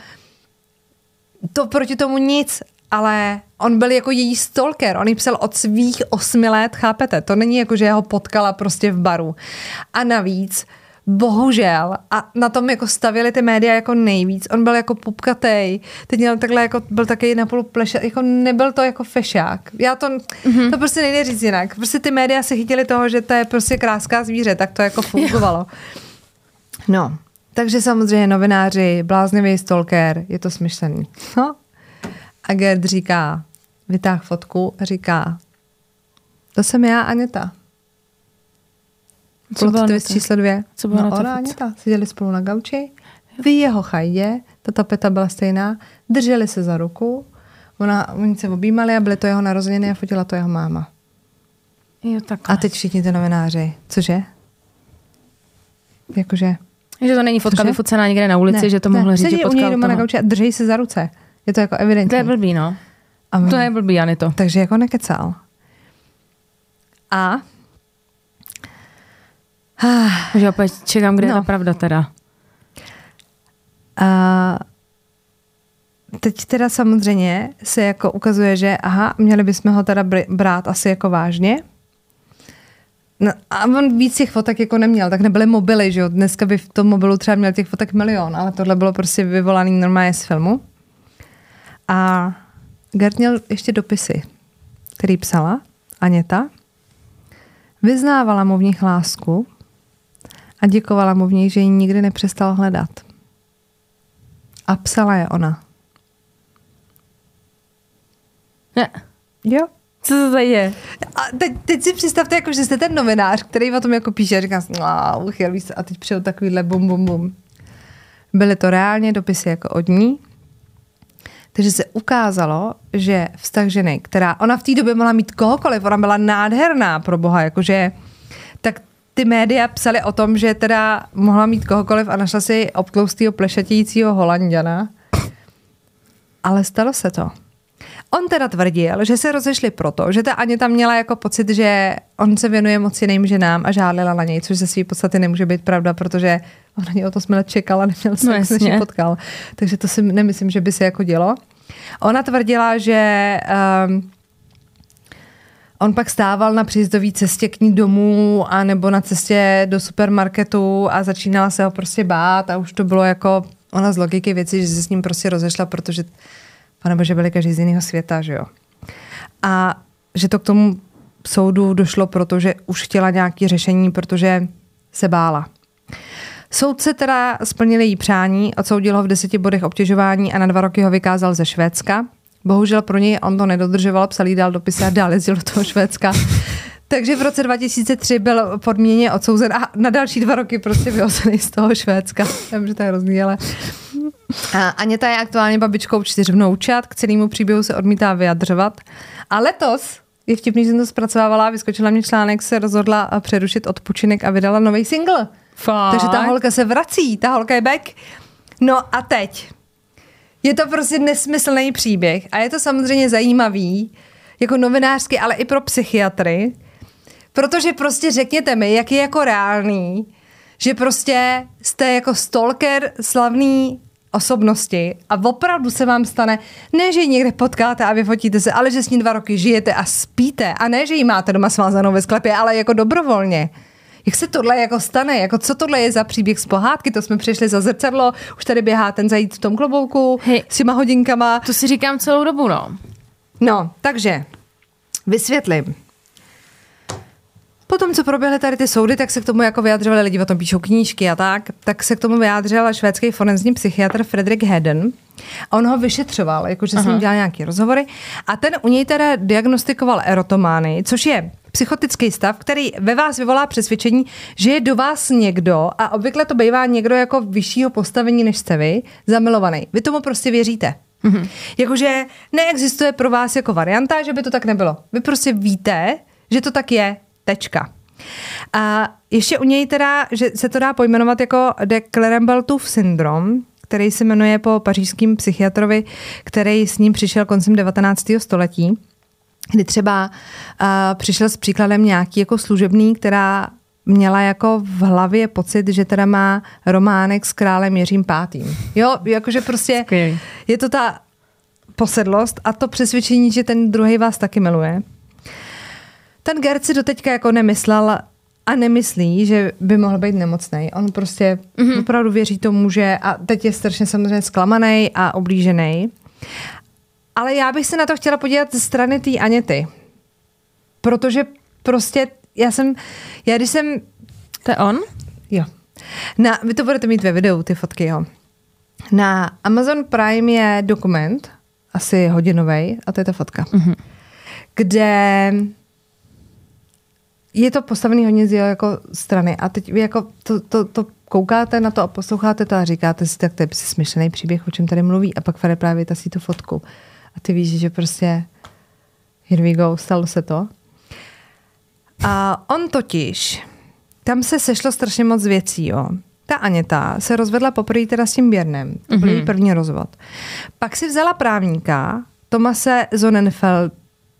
To proti tomu nic, ale on byl jako její stalker. On jí psal od svých osmi let, chápete? To není jako, že ho potkala prostě v baru. A navíc, bohužel, a na tom jako stavili ty média jako nejvíc. On byl jako pupkatej, teď měl takhle jako, byl taky napůl plešat, jako nebyl to jako fešák. Já to, mm-hmm. to prostě nejde říct jinak. Prostě ty média se chytili toho, že to je prostě kráská zvíře, tak to jako fungovalo. No, takže samozřejmě novináři, bláznivý stalker, je to smyšlený. No. A Gert říká, vytáh fotku a říká, to jsem já, Aněta. Plot twist číslo dvě. Co bylo no, na ona, Aněta. Seděli spolu na gauči, v jeho chajdě, ta tapeta byla stejná, drželi se za ruku, ona, oni se objímali a byly to jeho narozeniny a fotila to jeho máma. Jo, takhle. A teď všichni ty novináři, cože? Jakože? Že to není fotka vyfocená někde na ulici, ne, že to ne, mohlo říct, že potkal u něj doma na gauči a drží se za ruce. Je to jako evidentní. To je blbý, no. A to je blbý, Anito. Takže jako nekecal. A? Že opět čekám, kde no. je ta pravda teda. A teď teda samozřejmě se jako ukazuje, že aha, měli bychom ho teda brát asi jako vážně. No, a on víc těch fotek jako neměl, tak nebyly mobily, že jo. Dneska by v tom mobilu třeba měl těch fotek milion, ale tohle bylo prostě vyvolaný normálně z filmu. A Gert měl ještě dopisy, který psala Aněta. Vyznávala mu v nich lásku a děkovala mu v nich, že ji nikdy nepřestal hledat. A psala je ona. Ne. Jo. Co to tady je? A teď, teď si představte, jako, že jste ten novinář, který o tom jako píše a říká, no, uchyl se a teď přijel takovýhle bum, bum, bum. Byly to reálně dopisy jako od ní. Takže se ukázalo, že vztah ženy, která, ona v té době mohla mít kohokoliv, ona byla nádherná pro boha, jakože, tak ty média psaly o tom, že teda mohla mít kohokoliv a našla si obtloustýho plešatějícího Holanďana. Ale stalo se to. On teda tvrdil, že se rozešli proto, že ta Aněta měla jako pocit, že on se věnuje moc jiným ženám a žádlila na něj, což ze své podstaty nemůže být pravda, protože on na něj o to jsme čekal a neměl se, no, než ji potkal. Takže to si nemyslím, že by se jako dělo. Ona tvrdila, že um, on pak stával na příjezdové cestě k ní domů a nebo na cestě do supermarketu a začínala se ho prostě bát a už to bylo jako ona z logiky věci, že se s ním prostě rozešla, protože panebože byli každý z jiného světa, že jo. A že to k tomu soudu došlo, protože už chtěla nějaké řešení, protože se bála. Soudce teda splnil její přání, odsoudil ho v deseti bodech obtěžování a na dva roky ho vykázal ze Švédska. Bohužel pro něj on to nedodržoval, psal jí dál dopisy a dál jezdil do toho Švédska. Takže v roce dva tisíce tři byl podmíněně odsouzen a na další dva roky prostě vyhozený z toho Švédska. Vím, že to je hrozný, ale... A Aněta je aktuálně babičkou čtyř vnoučat, k celému příběhu se odmítá vyjadřovat. A letos, je vtipný, že jsem to zpracovávala, vyskočila mě článek, se rozhodla přerušit odpočinek a vydala nový single. Fakt? Takže ta holka se vrací, ta holka je back. No a teď. Je to prostě nesmyslný příběh a je to samozřejmě zajímavý, jako novinářsky, ale i pro psychiatry, protože prostě řekněte mi, jak je jako reálný, že prostě jste jako stalker slavný osobnosti a opravdu se vám stane, ne, že ji někde potkáte a vyfotíte se, ale že s ní dva roky žijete a spíte a ne, že ji máte doma svázanou ve sklepě, ale jako dobrovolně. Jak se tohle jako stane? Jako co tohle je za příběh z pohádky? To jsme přišli za zrcadlo, už tady běhá ten zajíc v tom klobouku Hej, s těma hodinkama. To si říkám celou dobu, no. No, takže vysvětlím. Potom, co proběhly tady ty soudy, tak se k tomu jako vyjadřovali lidi, o tom píšou knížky a tak, tak se k tomu vyjádřil švédský forenzní psychiatr Fredrik Hedden. A on ho vyšetřoval, jakože s ním dělal nějaký rozhovory. A ten u něj teda diagnostikoval erotománii, což je psychotický stav, který ve vás vyvolá přesvědčení, že je do vás někdo, a obvykle to bývá někdo jako vyššího postavení než jste vy, zamilovaný. Vy tomu prostě věříte. Mm-hmm. Jakože neexistuje pro vás jako varianta, že by to tak nebylo. Vy prostě víte, že to tak je. Tečka. A ještě u něj teda, že se to dá pojmenovat jako de Clerambaultův syndrom, který se jmenuje po pařížském psychiatrovi, který s ním přišel koncem devatenáctého století, kdy třeba uh, přišel s příkladem nějaký jako služebný, která měla jako v hlavě pocit, že teda má románek s králem Jiřím pátým. Jo, jakože prostě Skvělý. Je to ta posedlost a to přesvědčení, že ten druhý vás taky miluje. Ten Gerd si doteďka jako nemyslel a nemyslí, že by mohl být nemocnej. On prostě mm-hmm. opravdu věří tomu, že a teď je strašně samozřejmě zklamaný a oblížený. Ale já bych se na to chtěla podívat ze strany té Aněty. Protože prostě já jsem, já když jsem... To je on? Jo. Na, vy to budete mít ve videu, ty fotky, jo. Na Amazon Prime je dokument, asi hodinovej, a to je ta fotka, mm-hmm. kde... Je to postavený hodně z jeho jako strany a teď vy jako to, to, to koukáte na to a posloucháte to a říkáte si, tak to je smyšlený příběh, o čem tady mluví a pak Fare právě tasí tu fotku a ty víš, že prostě here we go, stalo se to. A on totiž, tam se sešlo strašně moc věcí, jo. Ta Aněta se rozvedla poprvé teda s tím Björnem, to byl mm-hmm. její první rozvod. Pak si vzala právníka Tomase Sonnenfelda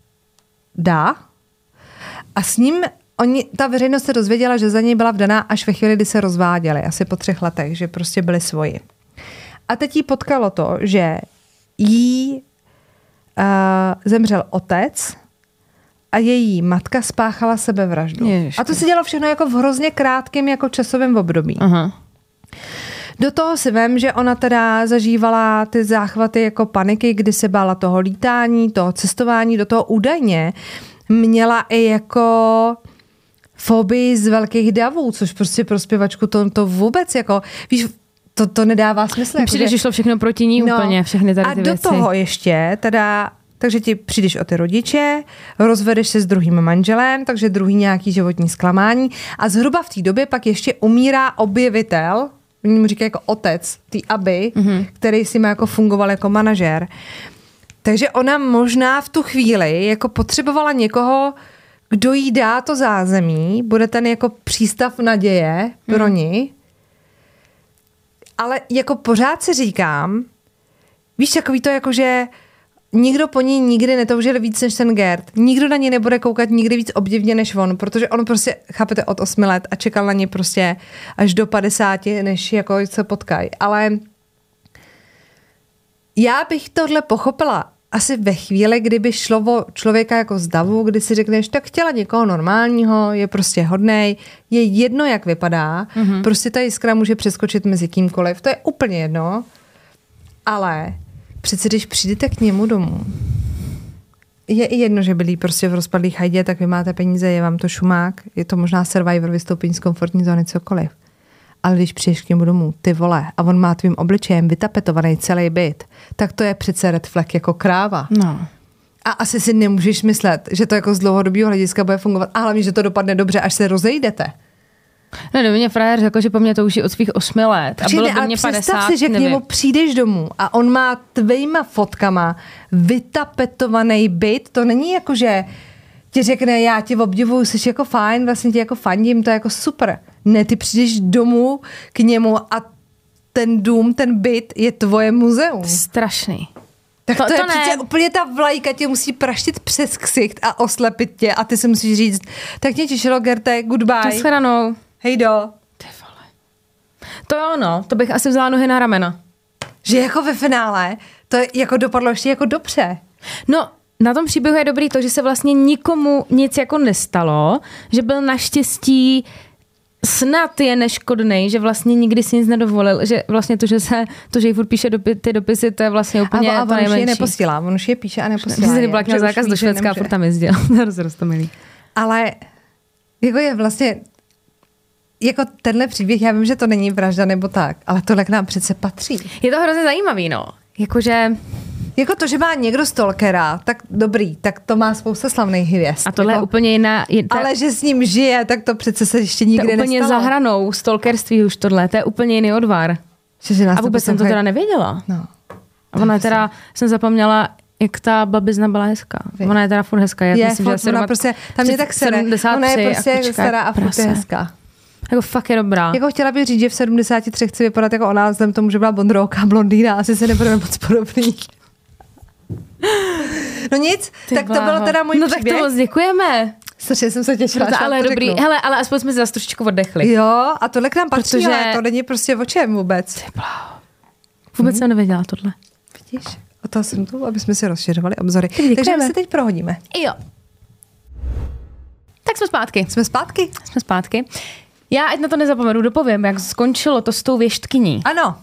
a s ním oni, ta veřejnost se dozvěděla, že za něj byla vdaná až ve chvíli, kdy se rozváděli, asi po třech letech, že prostě byli svoji. A teď jí potkalo to, že jí uh, zemřel otec a její matka spáchala sebevraždu. Ježišky. A to se dělo všechno jako v hrozně krátkém jako časovém období. Aha. Do toho si vem, že ona teda zažívala ty záchvaty jako paniky, kdy se bála toho lítání, toho cestování, do toho údajně měla i jako fobii z velkých davů, což prostě pro zpěvačku to, to vůbec jako, víš, to, to nedává smysl. Jako přijde, že šlo všechno proti ní no, úplně, všechny tady ty a věci. A do toho ještě, teda, takže ti přijdeš o ty rodiče, rozvedeš se s druhým manželem, takže druhý nějaký životní zklamání a zhruba v té době pak ještě umírá objevitel, oni mu říkají jako otec, tý Aby, mm-hmm. který si má jako fungoval jako manažér. Takže ona možná v tu chvíli jako potřebovala někoho, kdo jí dá to zázemí, bude ten jako přístav naděje pro mm. ní. Ale jako pořád si říkám, víš, takový to jako, že nikdo po ní nikdy netoužil víc než ten Gerd. Nikdo na ní nebude koukat nikdy víc obdivně než on, protože on prostě, chápete, od osmi let a čekal na ní prostě až do padesáti, než jako se potkají. Ale já bych tohle pochopila asi ve chvíli, kdyby šlo o člověka jako z davu, kdy si řekneš, tak chtěla někoho normálního, je prostě hodnej, je jedno, jak vypadá, mm-hmm. prostě ta jiskra může přeskočit mezi kýmkoliv, to je úplně jedno, ale přece když přijdete k němu domů, je i jedno, že byli prostě v rozpadlý chajdě, tak vy máte peníze, je vám to šumák, je to možná Survivor, vystoupení z komfortní zóny, cokoliv. Ale když přijdeš k němu domů, ty vole, a on má tvým obličejem vytapetovaný celý byt, tak to je přece red flag jako kráva. No. A asi si nemůžeš myslet, že to jako z dlouhodobého hlediska bude fungovat, a hlavně, že to dopadne dobře, až se rozejdete. No, do mě frajer řekl, že po mě to už je od svých osmi let. A bylo by mě padesát, představ si, že nevím. k němu přijdeš domů a on má tvýma fotkama vytapetovaný byt. To není jako, že ti řekne, já tě obdivuju, jsi jako fajn, vlastně tě jako fandím, to je jako super. Ne, ty přijdeš domů k němu a ten dům, ten byt je tvoje muzeum. Strašný. Tak to, to, to je to přece úplně ta vlajka, tě musí praštit přes ksicht a oslepit tě a ty si musíš říct, tak mě těšilo, Gerte, goodbye. Naschledanou. Hejdo. Ty vole. To jo, no, to bych asi vzala nohy na ramena. Že jako ve finále to jako dopadlo ještě jako dobře. No, na tom příběhu je dobrý to, že se vlastně nikomu nic jako nestalo, že byl naštěstí snad je neškodnej, že vlastně nikdy si nic nedovolil, že vlastně to, že se, to, že jí furt píše dopi, ty dopisy, to je vlastně úplně a, a to on nejmenší. už je neposílá, on už je píše a neposílá. Že Black měl zákaz do Švédska a furt tam jezdil. Rozrostomilý. Ale jako je vlastně jako tenhle příběh, já vím, že to není vražda nebo tak, ale tohle k nám přece patří. Je to hrozně zajímavý, no. Jakože... Jako to, že má někdo stalkera, tak dobrý, tak to má spousta slavných hvězd. A tohle jako, je úplně jiná... Je, to, ale že s ním žije, tak to přece se ještě nikdy nestalo. To je úplně nestalo. za hranou stalkerství už tohle, to je úplně jiný odvar. Že, že a vůbec jsem to teda nevěděla. No. A ona je teda, jsem zapomněla, jak ta babizna byla hezká. Vy. Ona je teda furt hezká. Já je, myslím, furt, že ona prostě, tam je tak sere. Ona je prostě stará a furt je hezká. Jako fakt je dobrá. Jako chtěla bych říct, že v sedmdesáti třech chci vypadat jako ona, vzhledem tomu, že byla bondrouka, blondýna, asi se nebudeme moc podobný. No nic, Ty tak bláho. To bylo teda můj no příběh. No tak to moc děkujeme. Strašně jsem se těšila, to, ale to dobrý, řeknu. hele, ale aspoň jsme se zase trošičku oddechli. Jo, a tohle k nám patří, Protože... ale to není prostě o čem vůbec. Ty bláho. Vůbec hmm. jsem nevěděla tohle. Vidíš, o toho jsem tu, aby jsme si rozšiřovali obzory. Takže my se teď prohodíme. Jo. Tak jsme zpátky. Jsme zpátky? Jsme zpátky. Já ať na to nezapomenu, dopovím, jak skončilo to s tou věštkyní. Ano.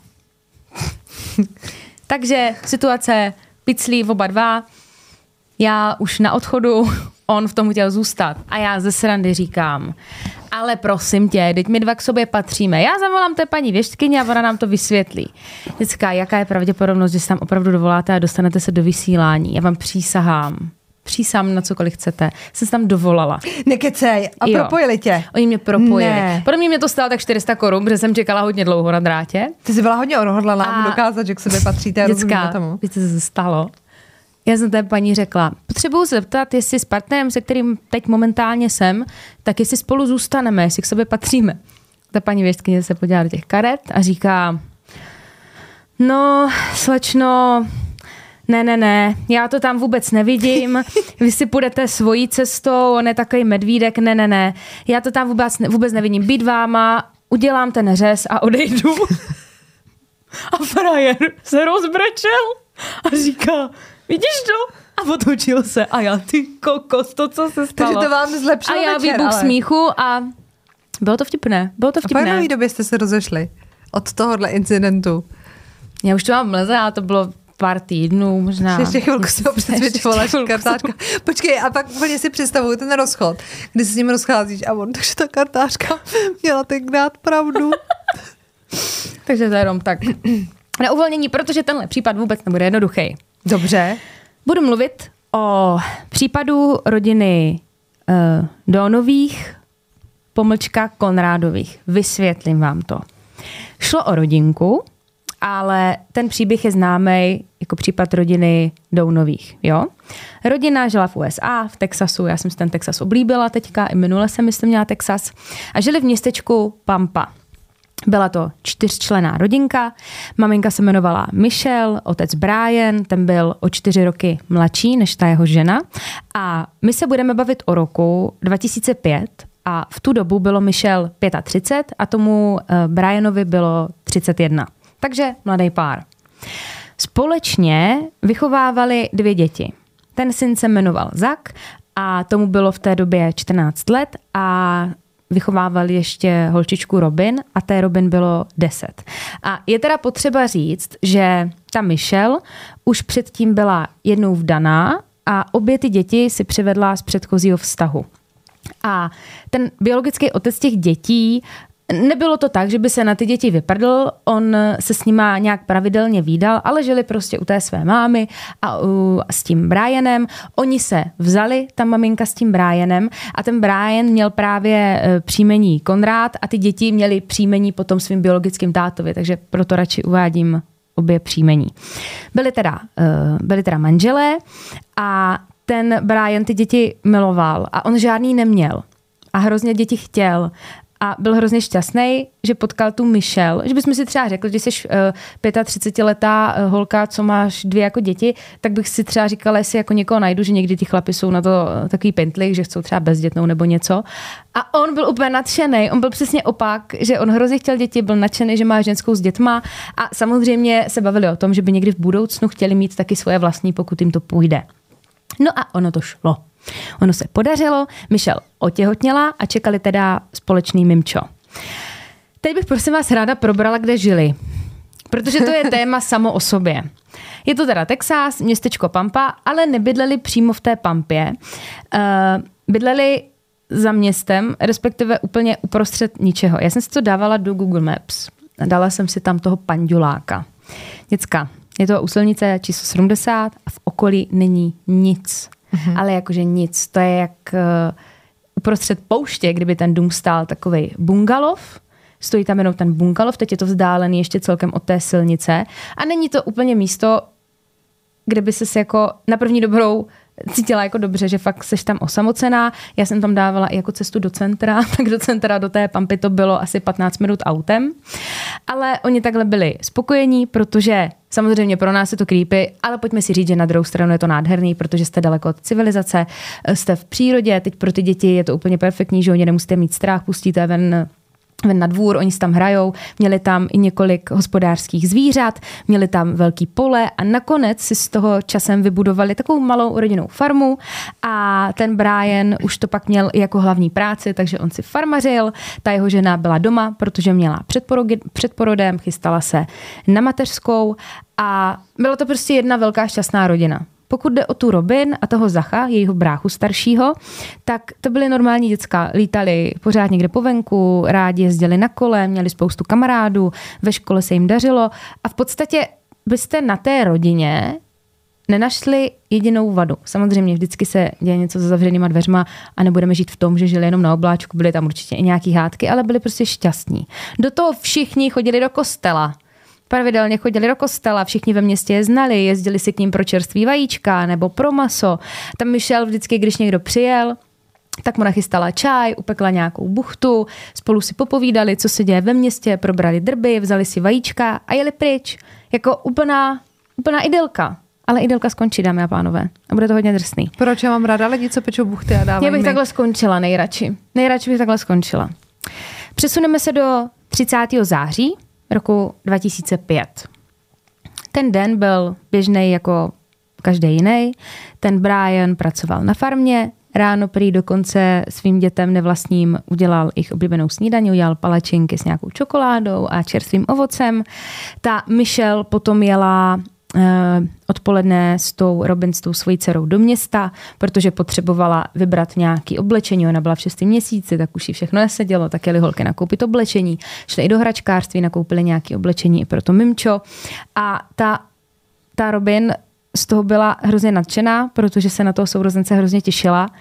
Takže situace, piclí oba dva, já už na odchodu, on v tom chtěl zůstat. A já ze srandy říkám, ale prosím tě, teď my dva k sobě patříme. Já zavolám té paní věštkyni a ona nám to vysvětlí. Říká, jaká je pravděpodobnost, že se tam opravdu dovoláte a dostanete se do vysílání. Já vám přísahám. Přísám na cokoliv chcete. Jsem se tam dovolala. Nekecej. A jo. Propojili tě? Oni mě propojili. Ne. Podle mě mě to stálo tak čtyři sta korun, protože jsem čekala hodně dlouho na drátě. Ty jsi byla hodně odhodlaná a... dokázat, že k sobě patříte. Děcka, víte, co se stalo? Já jsem té paní řekla, potřebuji se zeptat, jestli s partnerem, se kterým teď momentálně jsem, tak jestli spolu zůstaneme, jestli k sobě patříme. Ta paní věštkyně se podívá do těch karet a říká, no, slečno, ne, ne, ne, já to tam vůbec nevidím, vy si půjdete svojí cestou, on je takový medvídek, ne, ne, ne, já to tam vůbec, vůbec nevidím, být váma, udělám ten řez a odejdu. A frajer se rozbrečel a říká, vidíš to? A otočil se a já, ty kokos, to, co se stalo. Takže to vám zlepšilo A já večer, výbuch ale... smíchu a bylo to vtipné, bylo to vtipné. A v jakové době jste se rozešli od tohohle incidentu? Já už to mám mleze a to bylo pár týdnů, možná. Ještě chvilku se ho přesvědčovala kartářka. Počkej, a pak úplně si představuju ten rozchod, kdy se s ním rozcházíš a on, takže ta kartářka měla tenkrát pravdu. Takže to je jenom tak na uvolnění, protože tenhle případ vůbec nebude jednoduchý. Dobře. Budu mluvit o případu rodiny uh, Dónových, pomlčka Konrádových. Vysvětlím vám to. Šlo o rodinku, ale ten příběh je známý jako případ rodiny Downových. Jo? Rodina žila v U S A, v Texasu, já jsem si ten Texas oblíbila teďka, i minule jsem myslím měla Texas, a žili v městečku Pampa. Byla to čtyřčlenná rodinka, maminka se jmenovala Michelle, otec Brian, ten byl o čtyři roky mladší než ta jeho žena. A my se budeme bavit o roku dva tisíce pět a v tu dobu bylo Michelle třicet pět a tomu Brianovi bylo třicet jedna. Takže mladý pár. Společně vychovávali dvě děti. Ten syn se jmenoval Zak a tomu bylo v té době čtrnáct let a vychovávali ještě holčičku Robin a té Robin bylo deset. A je teda potřeba říct, že ta Michelle už předtím byla jednou vdaná a obě ty děti si přivedla z předchozího vztahu. A ten biologický otec těch dětí, nebylo to tak, že by se na ty děti vyprdl, on se s nima nějak pravidelně vídal, ale žili prostě u té své mámy a uh, s tím Brianem. Oni se vzali, ta maminka s tím Brianem a ten Brian měl právě uh, příjmení Konrád a ty děti měly příjmení potom svým biologickým tátovi, takže proto radši uvádím obě příjmení. Byli teda, uh, byli teda manželé a ten Brian ty děti miloval a on žádný neměl a hrozně děti chtěl. A byl hrozně šťastný, že potkal tu Michelle, že bychom si třeba řekli, že jsi uh, třicetiletá uh, holka, co máš dvě jako děti, tak bych si třeba říkala, jestli jako někoho najdu, že někdy ty chlapi jsou na to uh, takový pentlik, že chcou třeba bezdětnou nebo něco. A on byl úplně nadšený, on byl přesně opak, že on hrozně chtěl děti, byl nadšený, že má ženskou s dětma a samozřejmě se bavili o tom, že by někdy v budoucnu chtěli mít taky svoje vlastní, pokud jim to půjde. No a ono to šlo. Ono se podařilo, Michelle otěhotněla a čekali teda společný mimčo. Teď bych prosím vás ráda probrala, kde žili, protože to je téma samo o sobě. Je to teda Texas, městečko Pampa, ale nebydleli přímo v té Pampě. Uh, bydleli za městem, respektive úplně uprostřed ničeho. Já jsem si to dávala do Google Maps. Dala jsem si tam toho panduláka. Děcka, je to u silnice číslo sedmdesát a v okolí není nic. Mm-hmm. Ale jakože nic. To je jak uh, uprostřed pouště, kdyby ten dům stál takovej bungalov. Stojí tam jenom ten bungalov, teď je to vzdálený ještě celkem od té silnice. A není to úplně místo, kde by ses jako na první dobrou cítila jako dobře, že fakt seš tam osamocená. Já jsem tam dávala i jako cestu do centra, tak do centra, do té Pampy to bylo asi patnáct minut autem. Ale oni takhle byli spokojení, protože samozřejmě pro nás je to creepy, ale pojďme si říct, že na druhou stranu je to nádherný, protože jste daleko od civilizace, jste v přírodě, teď pro ty děti je to úplně perfektní, že oni nemusíte mít strach, pustíte ven ven na dvůr, oni si tam hrajou, měli tam i několik hospodářských zvířat, měli tam velký pole a nakonec si z toho časem vybudovali takovou malou rodinnou farmu a ten Brian už to pak měl i jako hlavní práci, takže on si farmařil, ta jeho žena byla doma, protože měla před porodem, chystala se na mateřskou a byla to prostě jedna velká šťastná rodina. Pokud jde o tu Robin a toho Zacha, jejího bráchu staršího, tak to byly normální děcka. Lítali pořád někde po venku, rádi jezdili na kole, měli spoustu kamarádů, ve škole se jim dařilo a v podstatě byste na té rodině nenašli jedinou vadu. Samozřejmě vždycky se děje něco za zavřenýma dveřma a nebudeme žít v tom, že žili jenom na obláčku, byly tam určitě i nějaký hádky, ale byli prostě šťastní. Do toho všichni chodili do kostela. Pravidelně chodili do kostela, všichni ve městě je znali, jezdili si k ním pro čerstvý vajíčka nebo pro maso. Tam Michelle vždycky, když někdo přijel, tak mu nachystala čaj, upekla nějakou buchtu, spolu si popovídali, co se děje ve městě, probrali drby, vzali si vajíčka a jeli pryč. Jako úplná, úplná idylka. Ale idylka skončí, dámy a pánové. A bude to hodně drsný. Proč já mám ráda lidi, co pečou buchty a dávají Já bych mi. takhle skončila nejradši. Nejradši bych takhle skončila. Přesuneme se do třicátého září roku dva tisíce pět. Ten den byl běžný jako každý jiný. Ten Brian pracoval na farmě, ráno prý dokonce svým dětem nevlastním udělal jejich oblíbenou snídaní, udělal palačinky s nějakou čokoládou a čerstvým ovocem. Ta Michelle potom jela odpoledne s tou Robin, s tou svojí dcerou do města, protože potřebovala vybrat nějaký oblečení. Ona byla v šestém měsíci, tak už jí všechno nesedělo, tak jeli holky nakoupit oblečení. Šli i do hračkářství, nakoupili nějaké oblečení i pro to mimčo. A ta, ta Robin z toho byla hrozně nadšená, protože se na toho sourozence hrozně těšila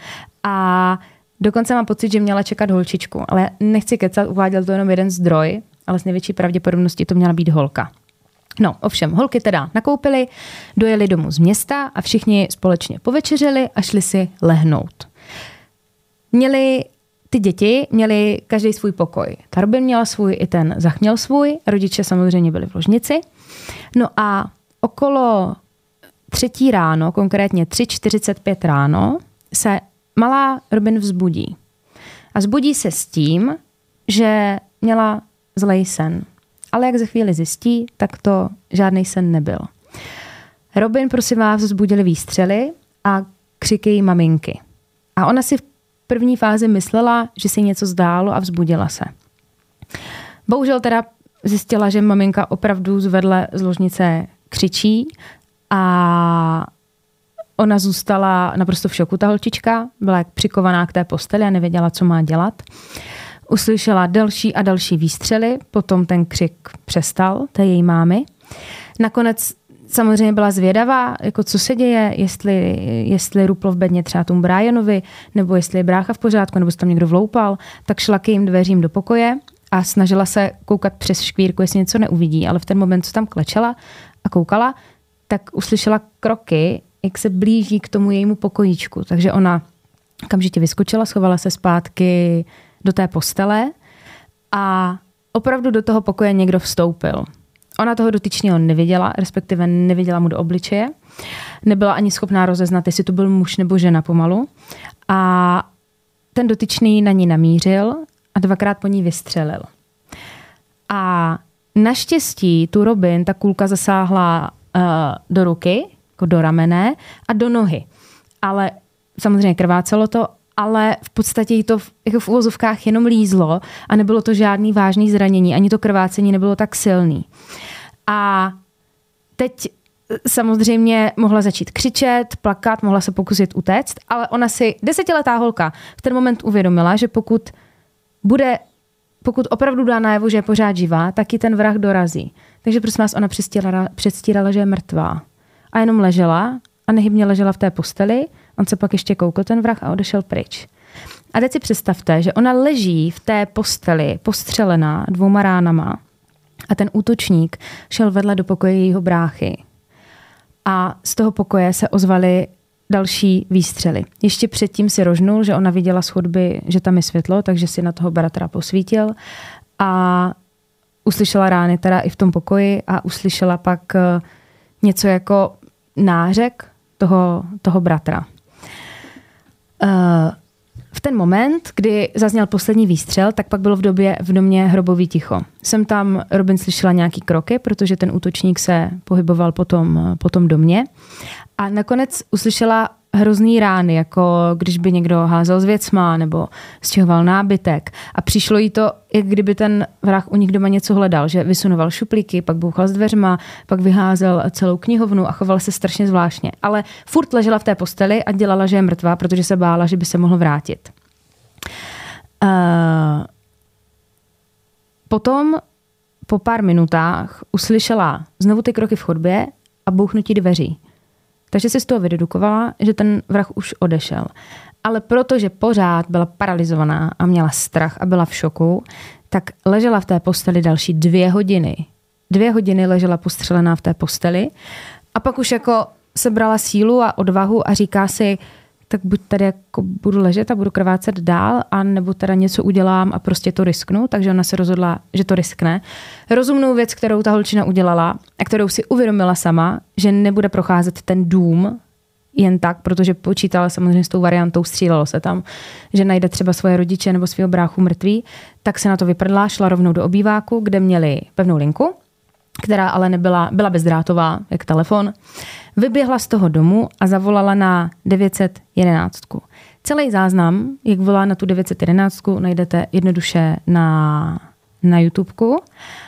a dokonce mám pocit, že měla čekat holčičku. Ale nechci kecat, uváděl to jenom jeden zdroj, ale s největší pravděpodobností to měla být holka. No, ovšem, holky teda nakoupily, dojeli domů z města a všichni společně povečeřili a šli si lehnout. Měli ty děti, měli každý svůj pokoj. Ta Robin měla svůj, i ten Zach měl svůj, rodiče samozřejmě byli v ložnici. No a okolo třetí ráno, konkrétně tři čtyřicet pět ráno, se malá Robin vzbudí. A vzbudí se s tím, že měla zlej sen. Ale jak za chvíli zjistí, tak to žádný sen nebyl. Robin, prosím vás, vzbudili výstřely a křiky její maminky. A ona si v první fázi myslela, že si něco zdálo a vzbudila se. Bohužel teda zjistila, že maminka opravdu zvedle z ložnice křičí a ona zůstala naprosto v šoku, ta holčička, byla jak přikovaná k té posteli a nevěděla, co má dělat. Uslyšela další a další výstřely, potom ten křik přestal, té její mámy. Nakonec samozřejmě byla zvědavá, jako co se děje, jestli, jestli ruplo v bedně třeba tomu Brianovi, nebo jestli je brácha v pořádku, nebo se tam někdo vloupal, tak šla k jejím dveřím do pokoje a snažila se koukat přes škvírku, jestli něco neuvidí, ale v ten moment, co tam klečela a koukala, tak uslyšela kroky, jak se blíží k tomu jejímu pokojíčku. Takže ona okamžitě vyskočila, schovala se zpátky do té postele a opravdu do toho pokoje někdo vstoupil. Ona toho dotyčného neviděla, respektive neviděla mu do obličeje. Nebyla ani schopná rozeznat, jestli to byl muž nebo žena pomalu. A ten dotyčný na ní namířil a dvakrát po ní vystřelil. A naštěstí tu Robin ta kulka zasáhla uh, do ruky, jako do ramene a do nohy. Ale samozřejmě krvácelo to, ale v podstatě jí to v, jako v uvozovkách jenom lízlo a nebylo to žádný vážný zranění, ani to krvácení nebylo tak silný. A teď samozřejmě mohla začít křičet, plakat, mohla se pokusit utéct, ale ona si, desetiletá holka, v ten moment uvědomila, že pokud bude, pokud opravdu dá najevo, že je pořád živá, tak ji ten vrah dorazí. Takže prosím vás, ona předstírala, předstírala, že je mrtvá. A jenom ležela a nehybně ležela v té posteli. On se pak ještě koukl ten vrah a odešel pryč. A teď si představte, že ona leží v té posteli postřelená dvouma ránama a ten útočník šel vedle do pokoje jejího bráchy. A z toho pokoje se ozvaly další výstřely. Ještě předtím si rožnul, že ona viděla z chodby, že tam je světlo, takže si na toho bratra posvítil a uslyšela rány teda i v tom pokoji a uslyšela pak něco jako nářek toho, toho bratra. V ten moment, kdy zazněl poslední výstřel, tak pak bylo v, době, v domě hrobový ticho. Jsem tam, Robin slyšela nějaký kroky, protože ten útočník se pohyboval po tom, po tom domě. A nakonec uslyšela hrozný rány, jako když by někdo házel s věcma nebo stěhoval nábytek. A přišlo jí to, jak kdyby ten vrah u nich doma něco hledal, že vysunoval šuplíky, pak bouchal s dveřma, pak vyházel celou knihovnu a choval se strašně zvláštně. Ale furt ležela v té posteli a dělala, že je mrtvá, protože se bála, že by se mohl vrátit. Uh, potom po pár minutách uslyšela znovu ty kroky v chodbě a bouchnutí dveří. Takže si z toho vydedukovala, že ten vrah už odešel. Ale protože pořád byla paralizovaná a měla strach a byla v šoku, tak ležela v té posteli další dvě hodiny. Dvě hodiny ležela postřelená v té posteli a pak už jako sebrala sílu a odvahu a říká si, tak buď tady jako budu ležet a budu krvácet dál, a nebo teda něco udělám a prostě to risknu. Takže ona se rozhodla, že to riskne. Rozumnou věc, kterou ta holčina udělala a kterou si uvědomila sama, že nebude procházet ten dům jen tak, protože počítala samozřejmě s tou variantou, střílelo se tam, že najde třeba svoje rodiče nebo svého bráchu mrtvý, tak se na to vyprdla, šla rovnou do obýváku, kde měli pevnou linku, která ale nebyla, byla bezdrátová, jak telefon. Vyběhla z toho domu a zavolala na devět set jedenáct. Celý záznam, jak volá na tu devět set jedenáct, najdete jednoduše na, na YouTubeku.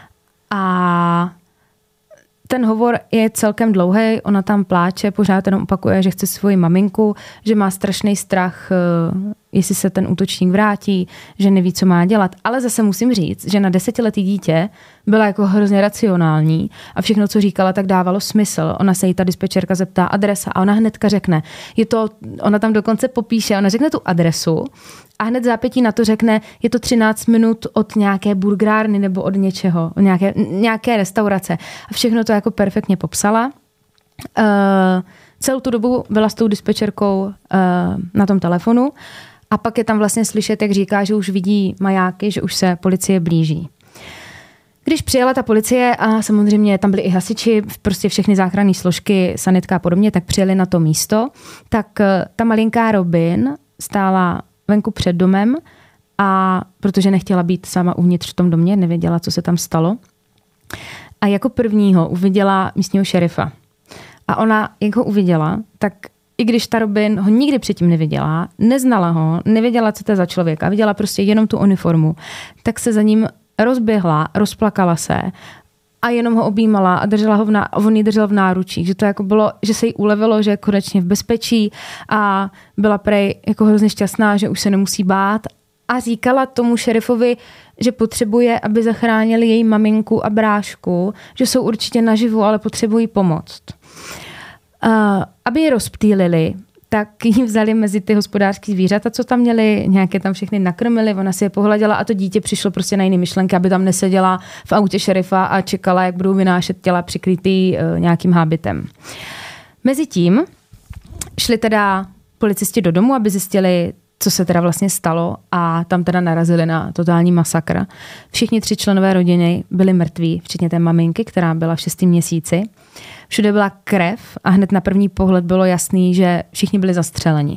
A ten hovor je celkem dlouhý, ona tam pláče, pořád jenom opakuje, že chce svoji maminku, že má strašný strach, jestli se ten útočník vrátí, že neví, co má dělat. Ale zase musím říct, že na desetiletý dítě byla jako hrozně racionální a všechno, co říkala, tak dávalo smysl. Ona se jí ta dispečerka zeptá adresa a ona hnedka řekne, je to, ona tam dokonce popíše, ona řekne tu adresu a hned zápětí na to řekne, je to třináct minut od nějaké burgerárny nebo od něčeho, od nějaké, nějaké restaurace. A všechno to jako perfektně popsala. Uh, celou tu dobu byla s tou dispečerkou uh, na tom telefonu a pak je tam vlastně slyšet, jak říká, že už vidí majáky, že už se policie blíží. Když přijela ta policie a samozřejmě tam byli i hasiči, prostě všechny záchranné složky, sanitka a podobně, tak přijeli na to místo, tak uh, ta malinká Robin stála venku před domem, a protože nechtěla být sama uvnitř v tom domě, nevěděla, co se tam stalo. A jako prvního uviděla místního šerifa. A ona, jak ho uviděla, tak i když ta Robin ho nikdy předtím neviděla, neznala ho, nevěděla, co to je za člověka, viděla prostě jenom tu uniformu, tak se za ním rozběhla, rozplakala se a jenom ho objímala a držela ho v ná, on ji držel v náručí, že to jako bylo, že se jí ulevilo, že je konečně v bezpečí a byla prej jako hrozně šťastná, že už se nemusí bát a říkala tomu šerifovi, že potřebuje, aby zachránili její maminku a brášku, že jsou určitě naživu, ale potřebují pomoct. Uh, aby ji rozptýlili, tak ji vzali mezi ty hospodářský zvířata, co tam měli, nějaké tam všechny nakrmili, ona si je pohladila a to dítě přišlo prostě na jiný myšlenky, aby tam neseděla v autě šerifa a čekala, jak budou vynášet těla přikrytý uh, nějakým hábitem. Mezitím šli teda policisti do domu, aby zjistili, co se teda vlastně stalo a tam teda narazili na totální masakr. Všichni tři členové rodiny byli mrtví, včetně té maminky, která byla v šestém měsíci. Všude byla krev a hned na první pohled bylo jasný, že všichni byli zastřeleni.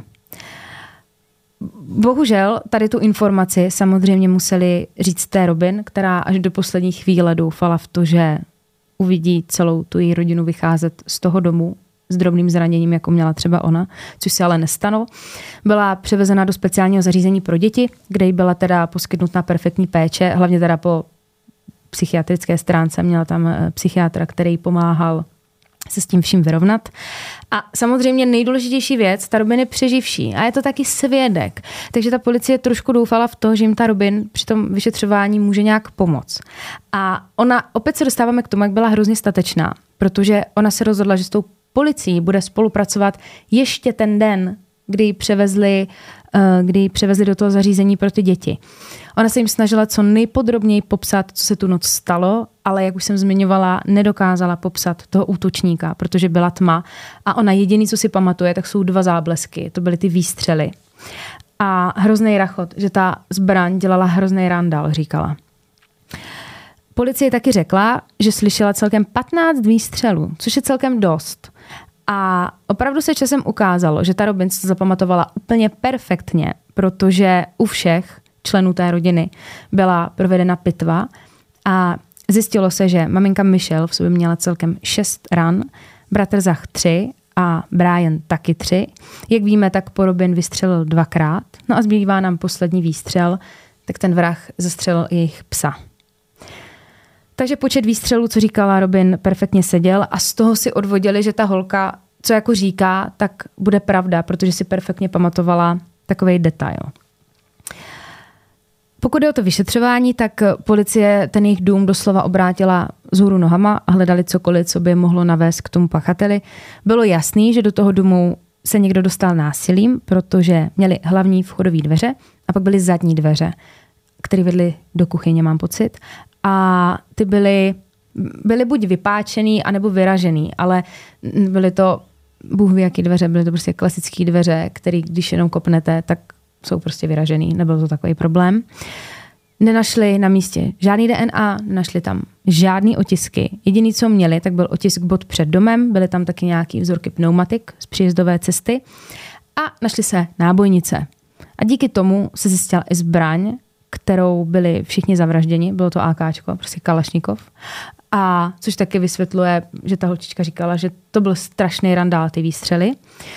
Bohužel tady tu informaci samozřejmě museli říct té Robin, která až do poslední chvíle doufala v to, že uvidí celou tu její rodinu vycházet z toho domu s drobným zraněním, jako měla třeba ona, což se ale nestalo. Byla převezena do speciálního zařízení pro děti, kde jí byla teda poskytnutá perfektní péče, hlavně teda po psychiatrické stránce. Měla tam psychiatra, který pomáhal se s tím vším vyrovnat. A samozřejmě nejdůležitější věc, ta Robin je přeživší a je to taky svědek. Takže ta policie trošku doufala v to, že jim ta Robin při tom vyšetřování může nějak pomoct. A ona, opět se dostáváme k tomu, jak byla hrozně statečná, protože ona se rozhodla, že s tou policií bude spolupracovat ještě ten den, kdy ji převezli, kdy ji převezli do toho zařízení pro ty děti. Ona se jim snažila co nejpodrobněji popsat, co se tu noc stalo, ale jak už jsem zmiňovala, nedokázala popsat toho útočníka, protože byla tma a ona jediný, co si pamatuje, tak jsou dva záblesky, to byly ty výstřely. A hrozný rachot, že ta zbraň dělala hrozný randál, říkala. Policie taky řekla, že slyšela celkem patnáct výstřelů, což je celkem dost. A opravdu se časem ukázalo, že ta Robin se zapamatovala úplně perfektně, protože u všech členů té rodiny byla provedena pitva a zjistilo se, že maminka Michelle v sobě měla celkem šest ran, bratr Zach tři a Brian taky tři. Jak víme, tak po Robin vystřelil dvakrát. No a zbývá nám poslední výstřel, tak ten vrah zastřelil jejich psa. Takže počet výstřelů, co říkala Robin, perfektně seděl a z toho si odvodili, že ta holka, co jako říká, tak bude pravda, protože si perfektně pamatovala takovej detail. Pokud je o to vyšetřování, tak policie ten jejich dům doslova obrátila vzhůru nohama a hledali cokoliv, co by mohlo navést k tomu pachateli. Bylo jasný, že do toho domu se někdo dostal násilím, protože měli hlavní vchodové dveře a pak byly zadní dveře, které vedly do kuchyně, mám pocit. A ty byly, byly buď vypáčený, anebo vyražený, ale byly to, Bůh ví jaký dveře, byly to prostě klasické dveře, které když jenom kopnete, tak jsou prostě vyražený, nebyl to takový problém. Nenašli na místě žádný D N A, nenašli tam žádný otisky. Jediný, co měli, tak byl otisk bot před domem, byly tam taky nějaký vzorky pneumatik z příjezdové cesty a našli se nábojnice. A díky tomu se zjistila i zbraň, kterou byli všichni zavražděni, bylo to AKčko, prostě Kalašnikov. A což taky vysvětluje, že ta holčička říkala, že to byl strašný randál, ty výstřely.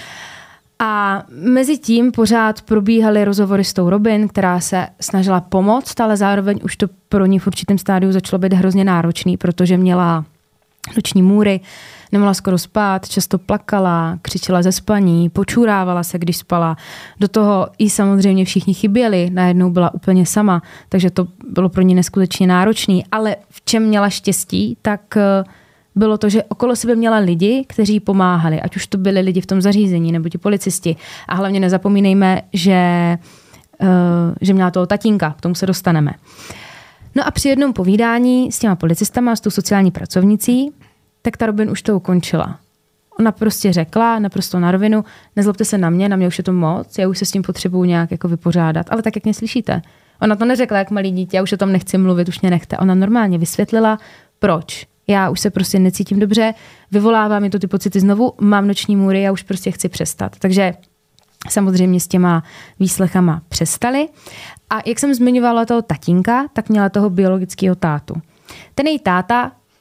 A mezi tím pořád probíhaly rozhovory s tou Robin, která se snažila pomoct, ale zároveň už to pro ní v určitém stádiu začalo být hrozně náročný, protože měla noční můry, nemohla skoro spát, často plakala, křičela ze spaní, počurávala se, když spala. Do toho jí samozřejmě všichni chyběli, najednou byla úplně sama, takže to bylo pro ní neskutečně náročný. Ale v čem měla štěstí, tak bylo to, že okolo sebe měla lidi, kteří pomáhali, ať už to byli lidi v tom zařízení nebo ti policisti. A hlavně nezapomínejme, že, že měla toho tatínka, k tomu se dostaneme. No a při jednom povídání s těma policistama, s tou sociální pracovnicí, tak ta Robin už to ukončila. Ona prostě řekla, naprosto na rovinu, nezlobte se na mě, na mě už je to moc, já už se s tím potřebuju nějak jako vypořádat. Ale tak, jak mě slyšíte. Ona to neřekla jak malý dítě, já už o tom nechci mluvit, už mě nechte. Ona normálně vysvětlila, proč. Já už se prostě necítím dobře, vyvolává mi to ty pocity znovu, mám noční můry, já už prostě chci přestat. Takže samozřejmě s těma výslechama přestali. A jak jsem zmiňovala toho tatínka, tak měla toho biologického tátu. Ten její táta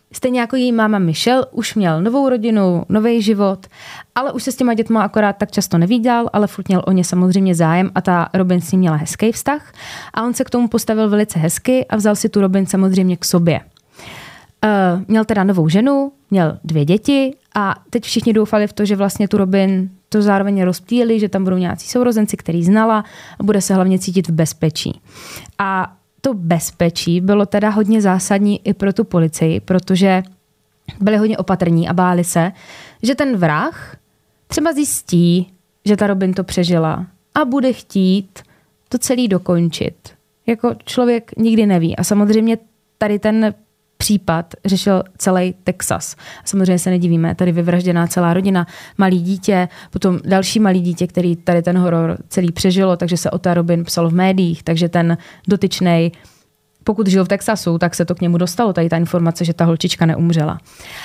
stejně jako její máma Michelle už měl novou rodinu, nový život, ale už se s těma dětma akorát tak často nevídal, ale furt měl o ně samozřejmě zájem a ta Robin s ním měla hezký vztah a on se k tomu postavil velice hezky a vzal si tu Robin samozřejmě k sobě. Uh, měl teda novou ženu, měl dvě děti a teď všichni doufali v to, že vlastně tu Robin to zároveň rozptýlili, že tam budou nějací sourozenci, který znala a bude se hlavně cítit v bezpečí. A to bezpečí bylo teda hodně zásadní i pro tu policii, protože byli hodně opatrní a báli se, že ten vrah třeba zjistí, že ta Robin to přežila a bude chtít to celý dokončit. Jako člověk nikdy neví. A samozřejmě tady ten případ řešil celý Texas. Samozřejmě se nedivíme, tady vyvražděná celá rodina, malý dítě, potom další malý dítě, který tady ten horor celý přežilo, takže se o ta Robin psalo v médiích, takže ten dotyčnej, pokud žil v Texasu, tak se to k němu dostalo, tady ta informace, že ta holčička neumřela.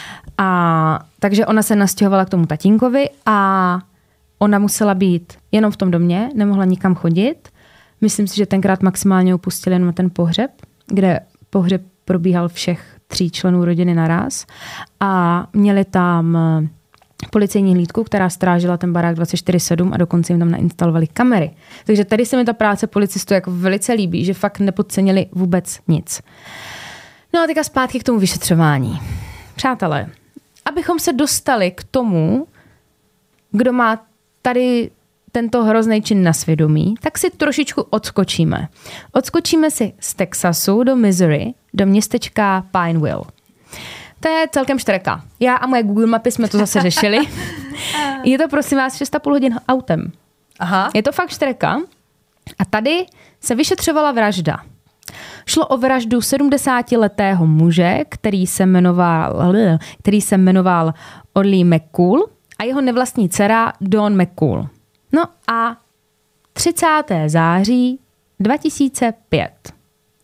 A takže ona se nastěhovala k tomu tatínkovi a ona musela být jenom v tom domě, nemohla nikam chodit. Myslím si, že tenkrát maximálně upustili jenom ten pohřeb, kde pohřeb probíhal všech tří členů rodiny naraz a měli tam policejní hlídku, která strážila ten barák dvacet čtyři sedm a dokonce jim tam nainstalovali kamery. Takže tady se mi ta práce policistů jako velice líbí, že fakt nepodcenili vůbec nic. No a teďka zpátky k tomu vyšetřování. Přátelé, abychom se dostali k tomu, kdo má tady tento hrozný čin na svědomí, tak si trošičku odskočíme. Odskočíme si z Texasu do Missouri, do městečka Pineville. To je celkem štreka. Já a moje Google mapy jsme to zase řešili. Je to prosím vás šest a půl hodin autem. Aha. Je to fakt štreka. A tady se vyšetřovala vražda. Šlo o vraždu sedmdesátiletého muže, který se jmenoval, který se jmenoval Orly McCool a jeho nevlastní dcera Dawn McCool. No a třicátého září dva tisíce pět.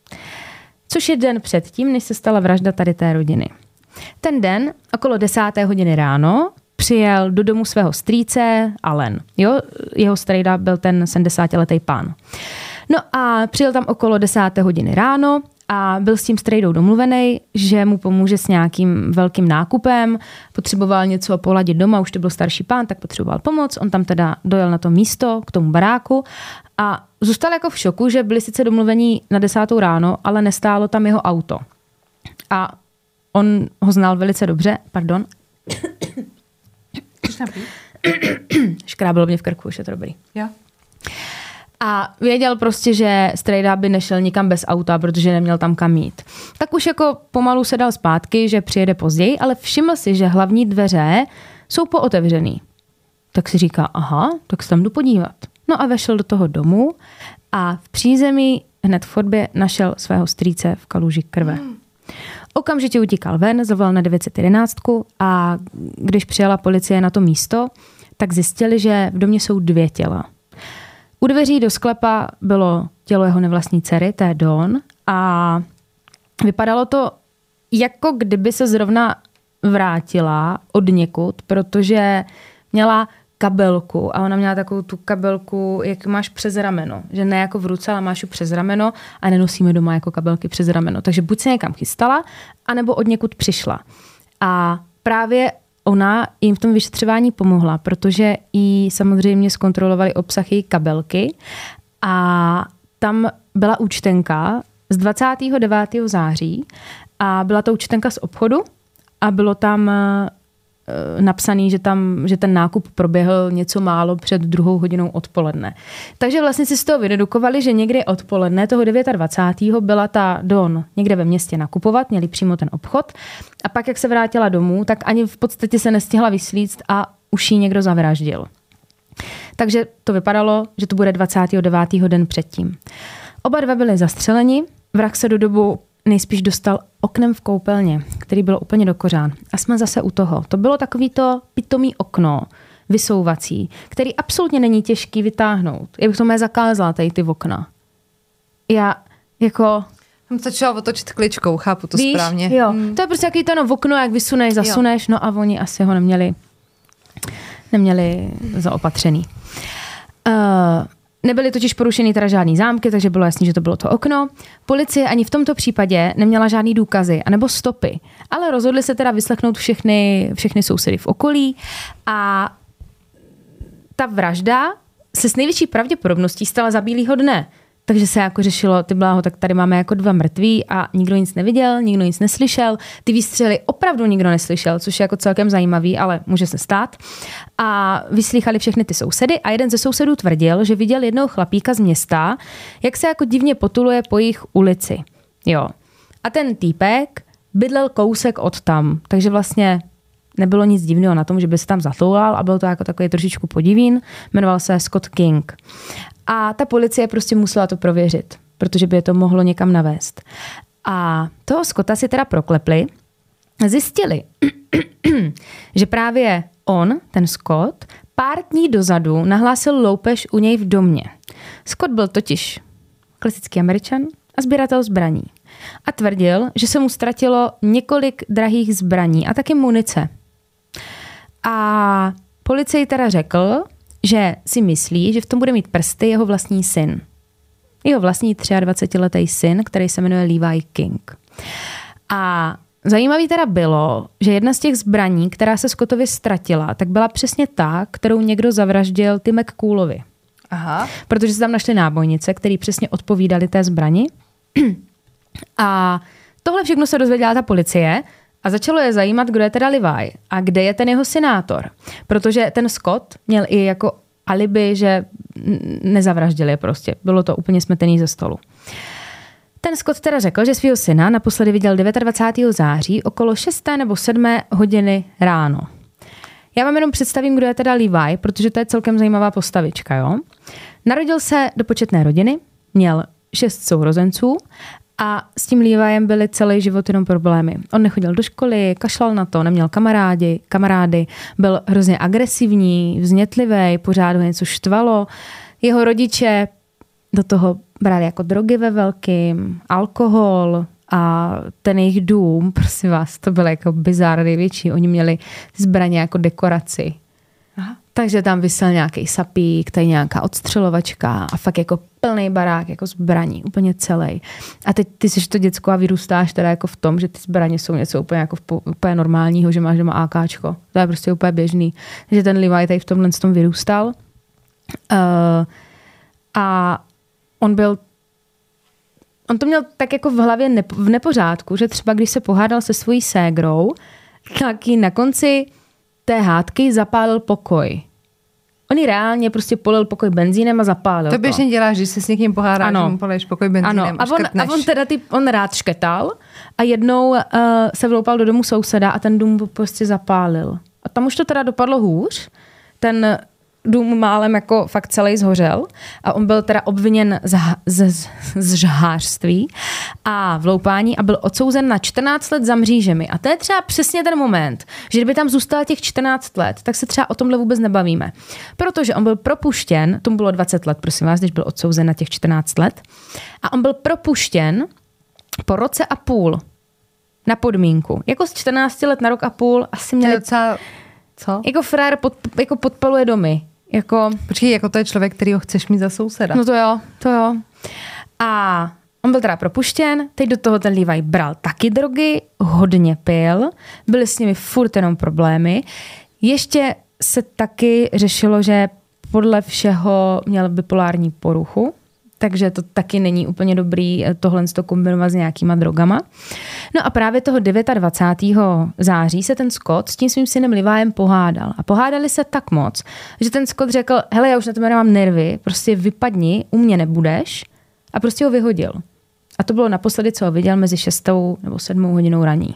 Což je den předtím, než se stala vražda tady té rodiny. Ten den, okolo desáté hodiny ráno, přijel do domu svého strýce Allen. Jo, jeho strejda byl ten sedmdesátiletý pán. No a přijel tam okolo desáté hodiny ráno a byl s tím strejdou domluvený, že mu pomůže s nějakým velkým nákupem, potřeboval něco poladit doma, už to byl starší pán, tak potřeboval pomoc, on tam teda dojel na to místo, k tomu baráku a zůstal jako v šoku, že byli sice domluvení na desátou ráno, ale nestálo tam jeho auto. A on ho znal velice dobře, pardon. Škrábilo mě v krku, už je to dobrý. Jo. A věděl prostě, že strejda by nešel nikam bez auta, protože neměl tam kam jít. Tak už jako pomalu se dal zpátky, že přijede později, ale všiml si, že hlavní dveře jsou pootevřený. Tak si říká, aha, tak se tam jdu podívat. No a vešel do toho domu a v přízemí hned v chodbě našel svého strýce v kaluži krve. Hmm. Okamžitě utíkal ven, zavolal na devět set jedenáct a když přijela policie na to místo, tak zjistili, že v domě jsou dvě těla. U dveří do sklepa bylo tělo jeho nevlastní dcery, té Dawn, a vypadalo to, jako kdyby se zrovna vrátila od někud, protože měla kabelku a ona měla takovou tu kabelku, jak máš přes rameno. Že ne jako v ruce, ale máš ji přes rameno a nenosíme doma jako kabelky přes rameno. Takže buď se někam chystala, anebo od někud přišla. A právě ona jim v tom vyšetřování pomohla, protože jí samozřejmě zkontrolovali obsah její kabelky a tam byla účtenka z dvacátého devátého září a byla to účtenka z obchodu a bylo tam napsaný, že, tam, že ten nákup proběhl něco málo před druhou hodinou odpoledne. Takže vlastně si z toho vydedukovali, že někdy odpoledne toho dvacátého devátého byla ta Dawn někde ve městě nakupovat, měli přímo ten obchod a pak, jak se vrátila domů, tak ani v podstatě se nestihla vyslíct a už ji někdo zavraždil. Takže to vypadalo, že to bude dvacátého devátého den předtím. Oba dva byli zastřeleni, vrah se do dobu nejspíš dostal oknem v koupelně, který byl úplně do kořán. A jsme zase u toho. To bylo takový to pitomý okno, vysouvací, který absolutně není těžký vytáhnout. Já bych to mé zakázala, tady ty okna. Já jako... Tam stačilo otočit kličkou, chápu to víš, správně. Jo. Hmm. To je prostě takový to no, okno, jak vysuneš, zasuneš, jo. No a oni asi ho neměli, neměli zaopatřený. Uh, Nebyly totiž porušeny teda žádný zámky, takže bylo jasný, že to bylo to okno. Policie ani v tomto případě neměla žádný důkazy anebo stopy, ale rozhodli se teda vyslechnout všechny, všechny sousedy v okolí a ta vražda se s největší pravděpodobností stala za bílýho dne. Takže se jako řešilo, ty bláho, tak tady máme jako dva mrtví a nikdo nic neviděl, nikdo nic neslyšel. Ty výstřely opravdu nikdo neslyšel, což je jako celkem zajímavý, ale může se stát. A vyslýchali všechny ty sousedy a jeden ze sousedů tvrdil, že viděl jednoho chlapíka z města, jak se jako divně potuluje po jejich ulici. Jo. A ten týpek bydlel kousek od tam, takže vlastně nebylo nic divného na tom, že by se tam zatoulal a bylo to jako takový trošičku podivín. Jmenoval se Scott King. A ta policie prostě musela to prověřit, protože by je to mohlo někam navést. A toho Scotta si teda proklepli, zjistili, že právě on, ten Scott, pár dní dozadu nahlásil loupež u něj v domě. Scott byl totiž klasický Američan a sběratel zbraní. A tvrdil, že se mu ztratilo několik drahých zbraní a taky munice. A policii teda řekl, že si myslí, že v tom bude mít prsty jeho vlastní syn. Jeho vlastní dvacetiletý syn, který se jmenuje Levi King. A zajímavý teda bylo, že jedna z těch zbraní, která se Scottovi ztratila, tak byla přesně ta, kterou někdo zavraždil Tim McCoolovi. Aha. Protože se tam našly nábojnice, které přesně odpovídaly té zbrani. A tohle všechno se dozvěděla ta policie a začalo je zajímat, kdo je teda Levi a kde je ten jeho synátor. Protože ten Scott měl i jako alibi, že nezavraždili je prostě. Bylo to úplně smetený ze stolu. Ten Scott teda řekl, že svého syna naposledy viděl dvacátého devátého září okolo šesté nebo sedmé hodiny ráno. Já vám jenom představím, kdo je teda Levi, protože to je celkem zajímavá postavička. Jo? Narodil se do početné rodiny, měl šest sourozenců a s tím Leviem byly celý život jenom problémy. On nechodil do školy, kašlal na to, neměl kamarádi, kamarády, byl hrozně agresivní, vznětlivý, pořád ho něco štvalo. Jeho rodiče do toho brali jako drogy ve velkým, alkohol a ten jejich dům, prosím vás, to bylo jako bizár největší. Oni měli zbraně jako dekoraci. Aha. Takže tam visel nějaký sapík, tady nějaká odstřelovačka a fakt jako plný barák jako zbraní, úplně celý. A teď ty jsi to děcko a vyrůstáš teda jako v tom, že ty zbraně jsou něco úplně jako v, úplně normálního, že máš doma ákáčko. To je prostě úplně běžný. Takže ten Levi tady v tomhle tom vyrůstal. Uh, a on byl on to měl tak jako v hlavě nepo, v nepořádku, že třeba když se pohádal se svojí ségrou, tak jí na konci té hádky zapálil pokoj. On jí reálně prostě polil pokoj benzínem a zapálil to. To běžně děláš, když se s někým pohádáš, že mu poleješ pokoj benzínem ano. a, a, on, a on teda ty, on rád šketal a jednou uh, se vloupal do domu souseda a ten dům prostě zapálil. A tam už to teda dopadlo hůř. Ten dům málem jako fakt celý zhořel a on byl teda obviněn z, z, z, z žhářství a vloupání a byl odsouzen na čtrnáct let za mřížemi. A to je třeba přesně ten moment, že kdyby tam zůstal těch čtrnáct let, tak se třeba o tomhle vůbec nebavíme. Protože on byl propuštěn, tomu bylo dvacet let, prosím vás, když byl odsouzen na těch čtrnáct let, a on byl propuštěn po roce a půl na podmínku. Jako z čtrnácti let na rok a půl asi měli... Docela... Co? Jako frér pod, jako podpaluje domy. Jako... Počkej, jako to je člověk, který ho chceš mít za souseda. No to jo, to jo. A on byl teda propuštěn, teď do toho ten Levi bral taky drogy, hodně pil, byly s nimi furt jenom problémy. Ještě se taky řešilo, že podle všeho měl bipolární poruchu, takže to taky není úplně dobrý tohle to kombinovat s nějakýma drogama. No a právě toho dvacátého devátého září se ten Scott s tím svým synem Leviem pohádal. A pohádali se tak moc, že ten Scott řekl, hele, já už na tebe nemám nervy, prostě vypadni, u mě nebudeš. A prostě ho vyhodil. A to bylo naposledy, co ho viděl mezi šestou nebo sedmou hodinou raní.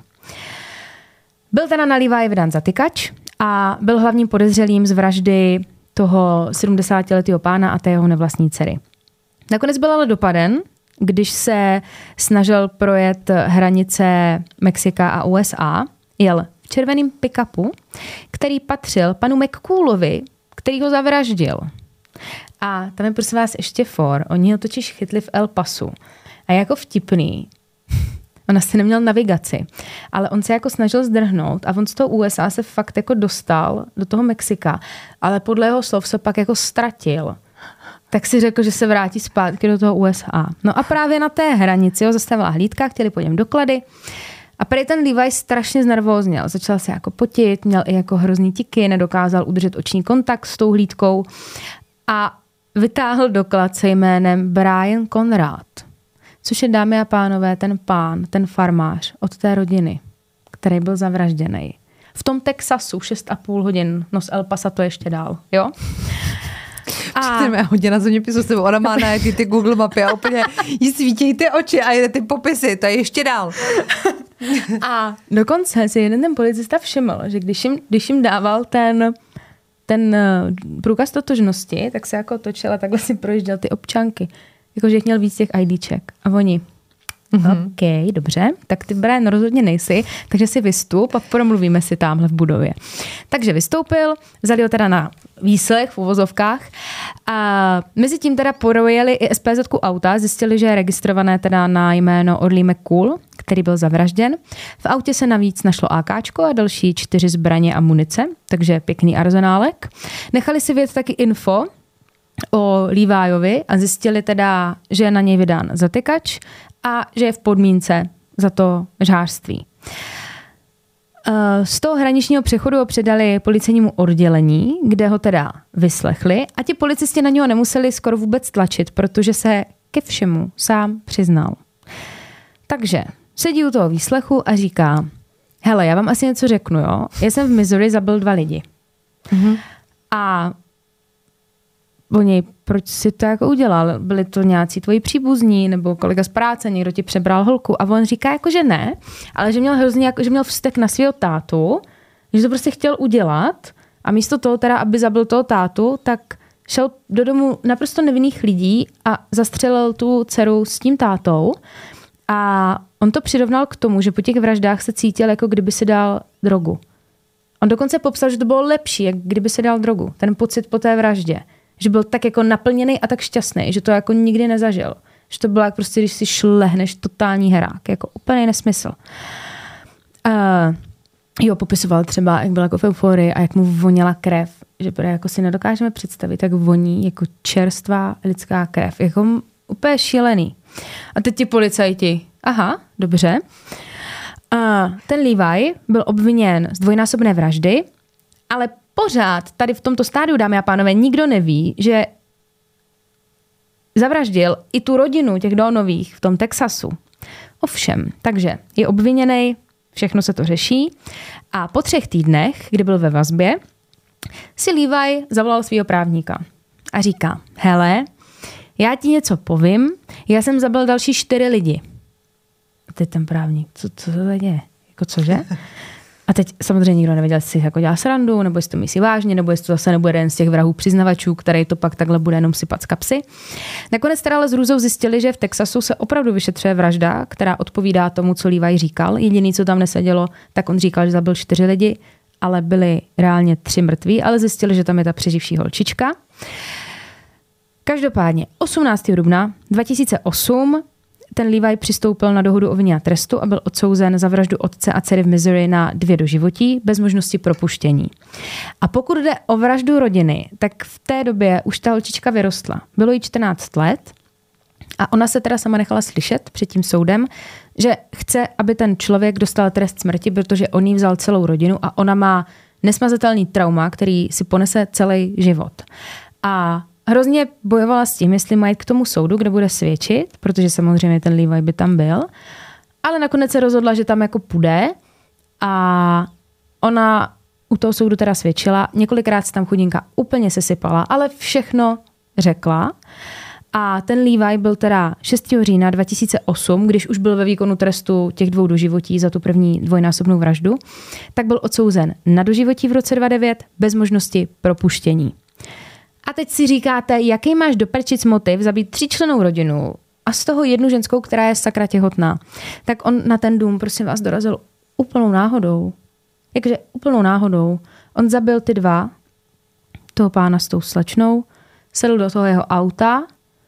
Byl teda na Levi vydán zatykač a byl hlavním podezřelým z vraždy toho sedmdesátiletého pána a té jeho nevlastní dcery. Nakonec byl ale dopaden, když se snažil projet hranice Mexika a U S A, jel v červeném pick-upu, který patřil panu McCoolovi, který ho zavraždil. A tam je prosím vás ještě for, oni ho totiž chytli v El Pasu. A jako vtipný, on asi neměl navigaci, ale on se jako snažil zdrhnout a on z toho U S A se fakt jako dostal do toho Mexika, ale podle jeho slov se pak jako ztratil. tak si řekl, že se vrátí zpátky do toho U S A. No a právě na té hranici ho zastavila hlídka, chtěli po něm doklady. A prý ten Levi strašně znervózněl. Začal se jako potit, měl i jako hrozný tiky, nedokázal udržet oční kontakt s tou hlídkou a vytáhl doklad se jménem Brian Conrad, což je, dámy a pánové, ten pán, ten farmář od té rodiny, který byl zavražděný. V tom Texasu šest a půl hodin, no z El Pasa to ještě dál, jo? A je hodina zeměpisu s tebou, ona má na ty, ty Google mapy a úplně jí svítějí ty oči a jde ty popisy, to je ještě dál. A dokonce si jeden ten policista všiml, že když jim, když jim dával ten, ten průkaz totožnosti, tak se jako točil a takhle si projížděl ty občanky. Jakože jich měl víc těch IDček. A oni, mm-hmm. OK, dobře, tak ty Brian rozhodně nejsi, takže si vystup a promluvíme si tamhle v budově. Takže vystoupil, vzali ho teda na výslech v uvozovkách a mezi tím teda projeli i SPZku auta, zjistili, že je registrované teda na jméno Orly McCool, který byl zavražděn. V autě se navíc našlo AKčko a další čtyři zbraně a munice, takže pěkný arzenálek. Nechali si vědět taky info o Levijovi a zjistili teda, že je na něj vydán zatykač a že je v podmínce za to žhářství. Z toho hraničního přechodu ho předali policejnímu oddělení, kde ho teda vyslechli a ti policisti na něho nemuseli skoro vůbec tlačit, protože se ke všemu sám přiznal. Takže sedí u toho výslechu a říká, hele, já vám asi něco řeknu, jo? Já jsem v Missouri zabil dva lidi. Mm-hmm. A oni, proč si to jako udělal? Byli to nějací tvoji příbuzní nebo kolega z práce, někdo ti přebral holku. A on říká jako, že ne, ale že měl hrozně, jako, že měl vztek na svého tátu, že to prostě chtěl udělat a místo toho teda, aby zabil toho tátu, tak šel do domu naprosto nevinných lidí a zastřelil tu dceru s tím tátou. A on to přirovnal k tomu, že po těch vraždách se cítil, jako kdyby si dal drogu. On dokonce popsal, že to bylo lepší, jak kdyby si dal drogu. Ten pocit po té vraždě. Že byl tak jako naplněný a tak šťastný, že to jako nikdy nezažil. Že to bylo jak prostě, když si šlehneš totální herák. Jako úplný nesmysl. Uh, jo, popisoval třeba, jak byl jako v euforii a jak mu voněla krev. Že jako si nedokážeme představit, jak voní jako čerstvá lidská krev. Jako úplně šílený. A teď ti policajti. Aha, dobře. Uh, ten Levi byl obviněn z dvojnásobné vraždy, ale pořád tady v tomto stádiu, dámy a pánové, nikdo neví, že zavraždil i tu rodinu těch Dawnových v tom Texasu. Ovšem, takže je obviněný, všechno se to řeší a po třech týdnech, kdy byl ve vazbě, si Levi zavolal svého právníka a říká, hele, já ti něco povím, já jsem zabil další čtyři lidi. A teď ten právník, co, co to děje? Jako cože? A teď samozřejmě nikdo nevěděl, jestli si jako dělá srandu, nebo jestli to myslí vážně, nebo jestli to zase nebude jeden z těch vrahů přiznavačů, který to pak takhle bude jenom sypat z kapsy. Nakonec teda ale s hrůzou zjistili, že v Texasu se opravdu vyšetřuje vražda, která odpovídá tomu, co Levi říkal. Jediný, co tam nesedělo, tak on říkal, že zabil čtyři lidi, ale byli reálně tři mrtví, ale zjistili, že tam je ta přeživší holčička. Každopádně osmnáctého dubna dva tisíce osm ten Levi přistoupil na dohodu o vině a trestu a byl odsouzen za vraždu otce a dcery v Missouri na dvě doživotí bez možnosti propuštění. A pokud jde o vraždu rodiny, tak v té době už ta holčička vyrostla. Bylo jí čtrnáct let a ona se teda sama nechala slyšet před tím soudem, že chce, aby ten člověk dostal trest smrti, protože on jí vzal celou rodinu a ona má nesmazatelný trauma, který si ponese celý život. A hrozně bojovala s tím, jestli mají k tomu soudu, kde bude svědčit, protože samozřejmě ten Levi by tam byl. Ale nakonec se rozhodla, že tam jako půjde a ona u toho soudu teda svědčila. Několikrát se tam chudinka úplně sesypala, ale všechno řekla. A ten Levi byl teda šestého října dva tisíce osm, když už byl ve výkonu trestu těch dvou doživotí za tu první dvojnásobnou vraždu, tak byl odsouzen na doživotí v roce dva tisíce devět bez možnosti propuštění. A teď si říkáte, jaký máš do prčic motiv zabít tříčlennou rodinu a z toho jednu ženskou, která je sakra těhotná. Tak on na ten dům, prosím vás, dorazil úplnou náhodou. Jakže úplnou náhodou. On zabil ty dva, toho pána s tou slečnou, sedl do toho jeho auta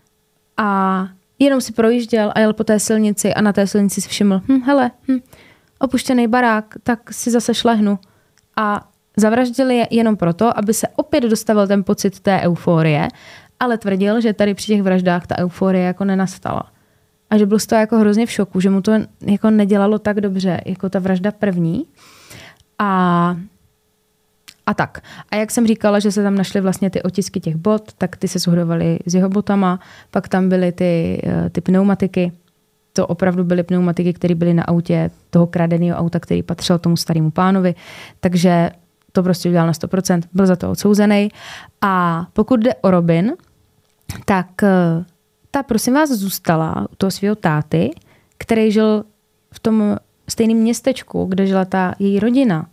a jenom si projížděl a jel po té silnici a na té silnici si všiml, hm, hele, hm, opuštěný barák, tak si zase šlehnu. A zavraždili je jenom proto, aby se opět dostavil ten pocit té euforie ale tvrdil, že tady při těch vraždách ta euforie jako nenastala. A že byl z toho jako hrozně v šoku, že mu to jako nedělalo tak dobře, jako ta vražda první. A, a tak. A jak jsem říkala, že se tam našly vlastně ty otisky těch bot, tak ty se shodovaly s jeho botama, pak tam byly ty, ty pneumatiky. To opravdu byly pneumatiky, které byly na autě toho kradeného auta, který patřil tomu starému pánovi. Takže to prostě udělal na sto procent. Byl za to odsouzený. A pokud jde o Robin, tak ta, prosím vás, zůstala u toho svého táty, který žil v tom stejném městečku, kde žila ta její rodina.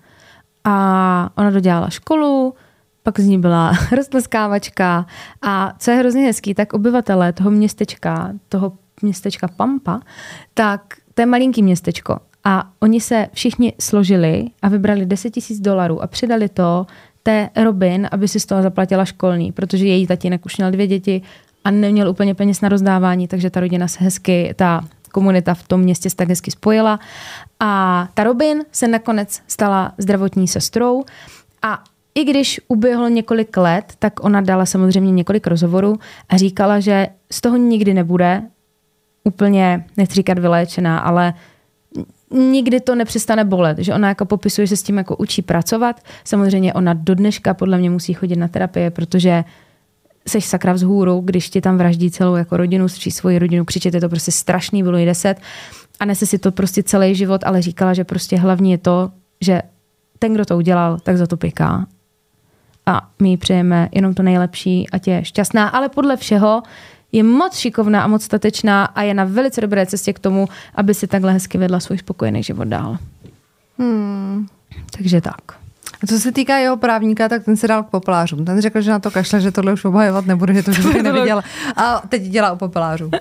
A ona dodělala školu, pak z ní byla roztleskávačka. A co je hrozně hezký, tak obyvatelé toho městečka, toho městečka Pampa, tak to je malinký městečko. A oni se všichni složili a vybrali deset tisíc dolarů a přidali to té Robin, aby si z toho zaplatila školní, protože její tatínek už měl dvě děti a neměl úplně peněz na rozdávání, takže ta rodina se hezky, ta komunita v tom městě se tak hezky spojila. A ta Robin se nakonec stala zdravotní sestrou a i když uběhlo několik let, tak ona dala samozřejmě několik rozhovorů a říkala, že z toho nikdy nebude úplně, nechci říkat vyléčená, ale nikdy to nepřestane bolet, že ona jako popisuje, že se s tím jako učí pracovat. Samozřejmě ona do dneška podle mě musí chodit na terapie, protože seš sakra vzhůru, když ti tam vraždí celou jako rodinu, stří svoji rodinu, křičet, je to prostě strašný, bylo jí deset a nese si to prostě celý život, ale říkala, že prostě hlavní je to, že ten, kdo to udělal, tak za to piká. A my jí přejeme jenom to nejlepší, ať je šťastná, ale podle všeho je moc šikovná a moc statečná a je na velice dobré cestě k tomu, aby si takhle hezky vedla svůj spokojený život dál. Hmm. Takže tak. A co se týká jeho právníka, tak ten se dal k popelářům. Ten řekl, že na to kašle, že tohle už obhajovat nebude, že to už neviděla. A teď dělá u popelářů.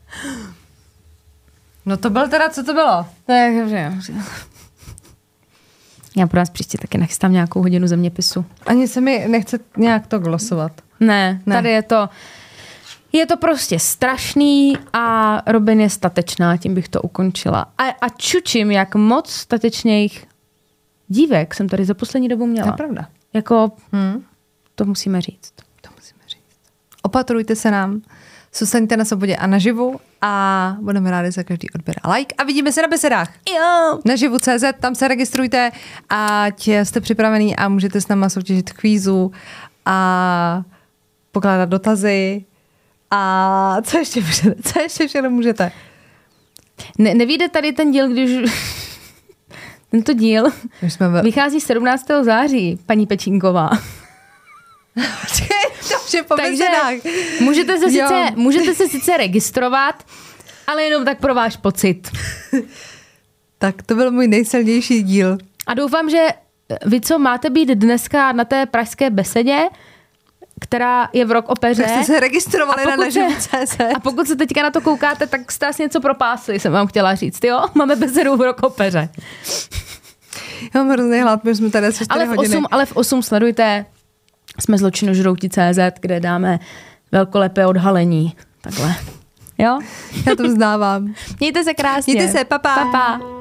No to byl teda, co to bylo? Tak, dobře. Já pro nás příště taky nachystám nějakou hodinu zeměpisu. Ani se mi nechce nějak to glosovat. Ne, ne. Tady je to... Je to prostě strašný a Robin je statečná, tím bych to ukončila. A, a čučím, jak moc statečných dívek jsem tady za poslední dobu měla. To je pravda. Jako, hmm. to musíme říct. To musíme říct. Opatrujte se nám, zůstaňte na svobodě a naživu a budeme rádi za každý odběr a like a vidíme se na besedách. Jo. Naživu tečka cé zet, tam se registrujte, ať jste připravený a můžete s náma soutěžit kvízu a pokládat dotazy. A co ještě můžete? Co ještě všechno můžete? Ne, nevíde tady ten díl, když... Tento díl jsme vychází sedmnáctého září, paní Pečínková. To je po besedách. Můžete se, sice, můžete se sice registrovat, ale jenom tak pro váš pocit. Tak to byl můj nejsilnější díl. A doufám, že vy, co máte být dneska na té pražské besedě, která je v Rock Opeře. Tak jste se registrovali na naživu tečka cé zet. A pokud se teďka na to koukáte, tak jste asi něco propásli, jsem vám chtěla říct. Jo? Máme besedu v Rock Opeře. Já mám hrozný hlad, my jsme tady asi čtyři ale v hodiny. osm, ale v osm sledujte, jsme zločinožrouti tečka cé zet, kde dáme velkolepé odhalení. Takhle. Jo? Já to vzdávám. Mějte se krásně. Mějte se, pa, pa. Pa, pa.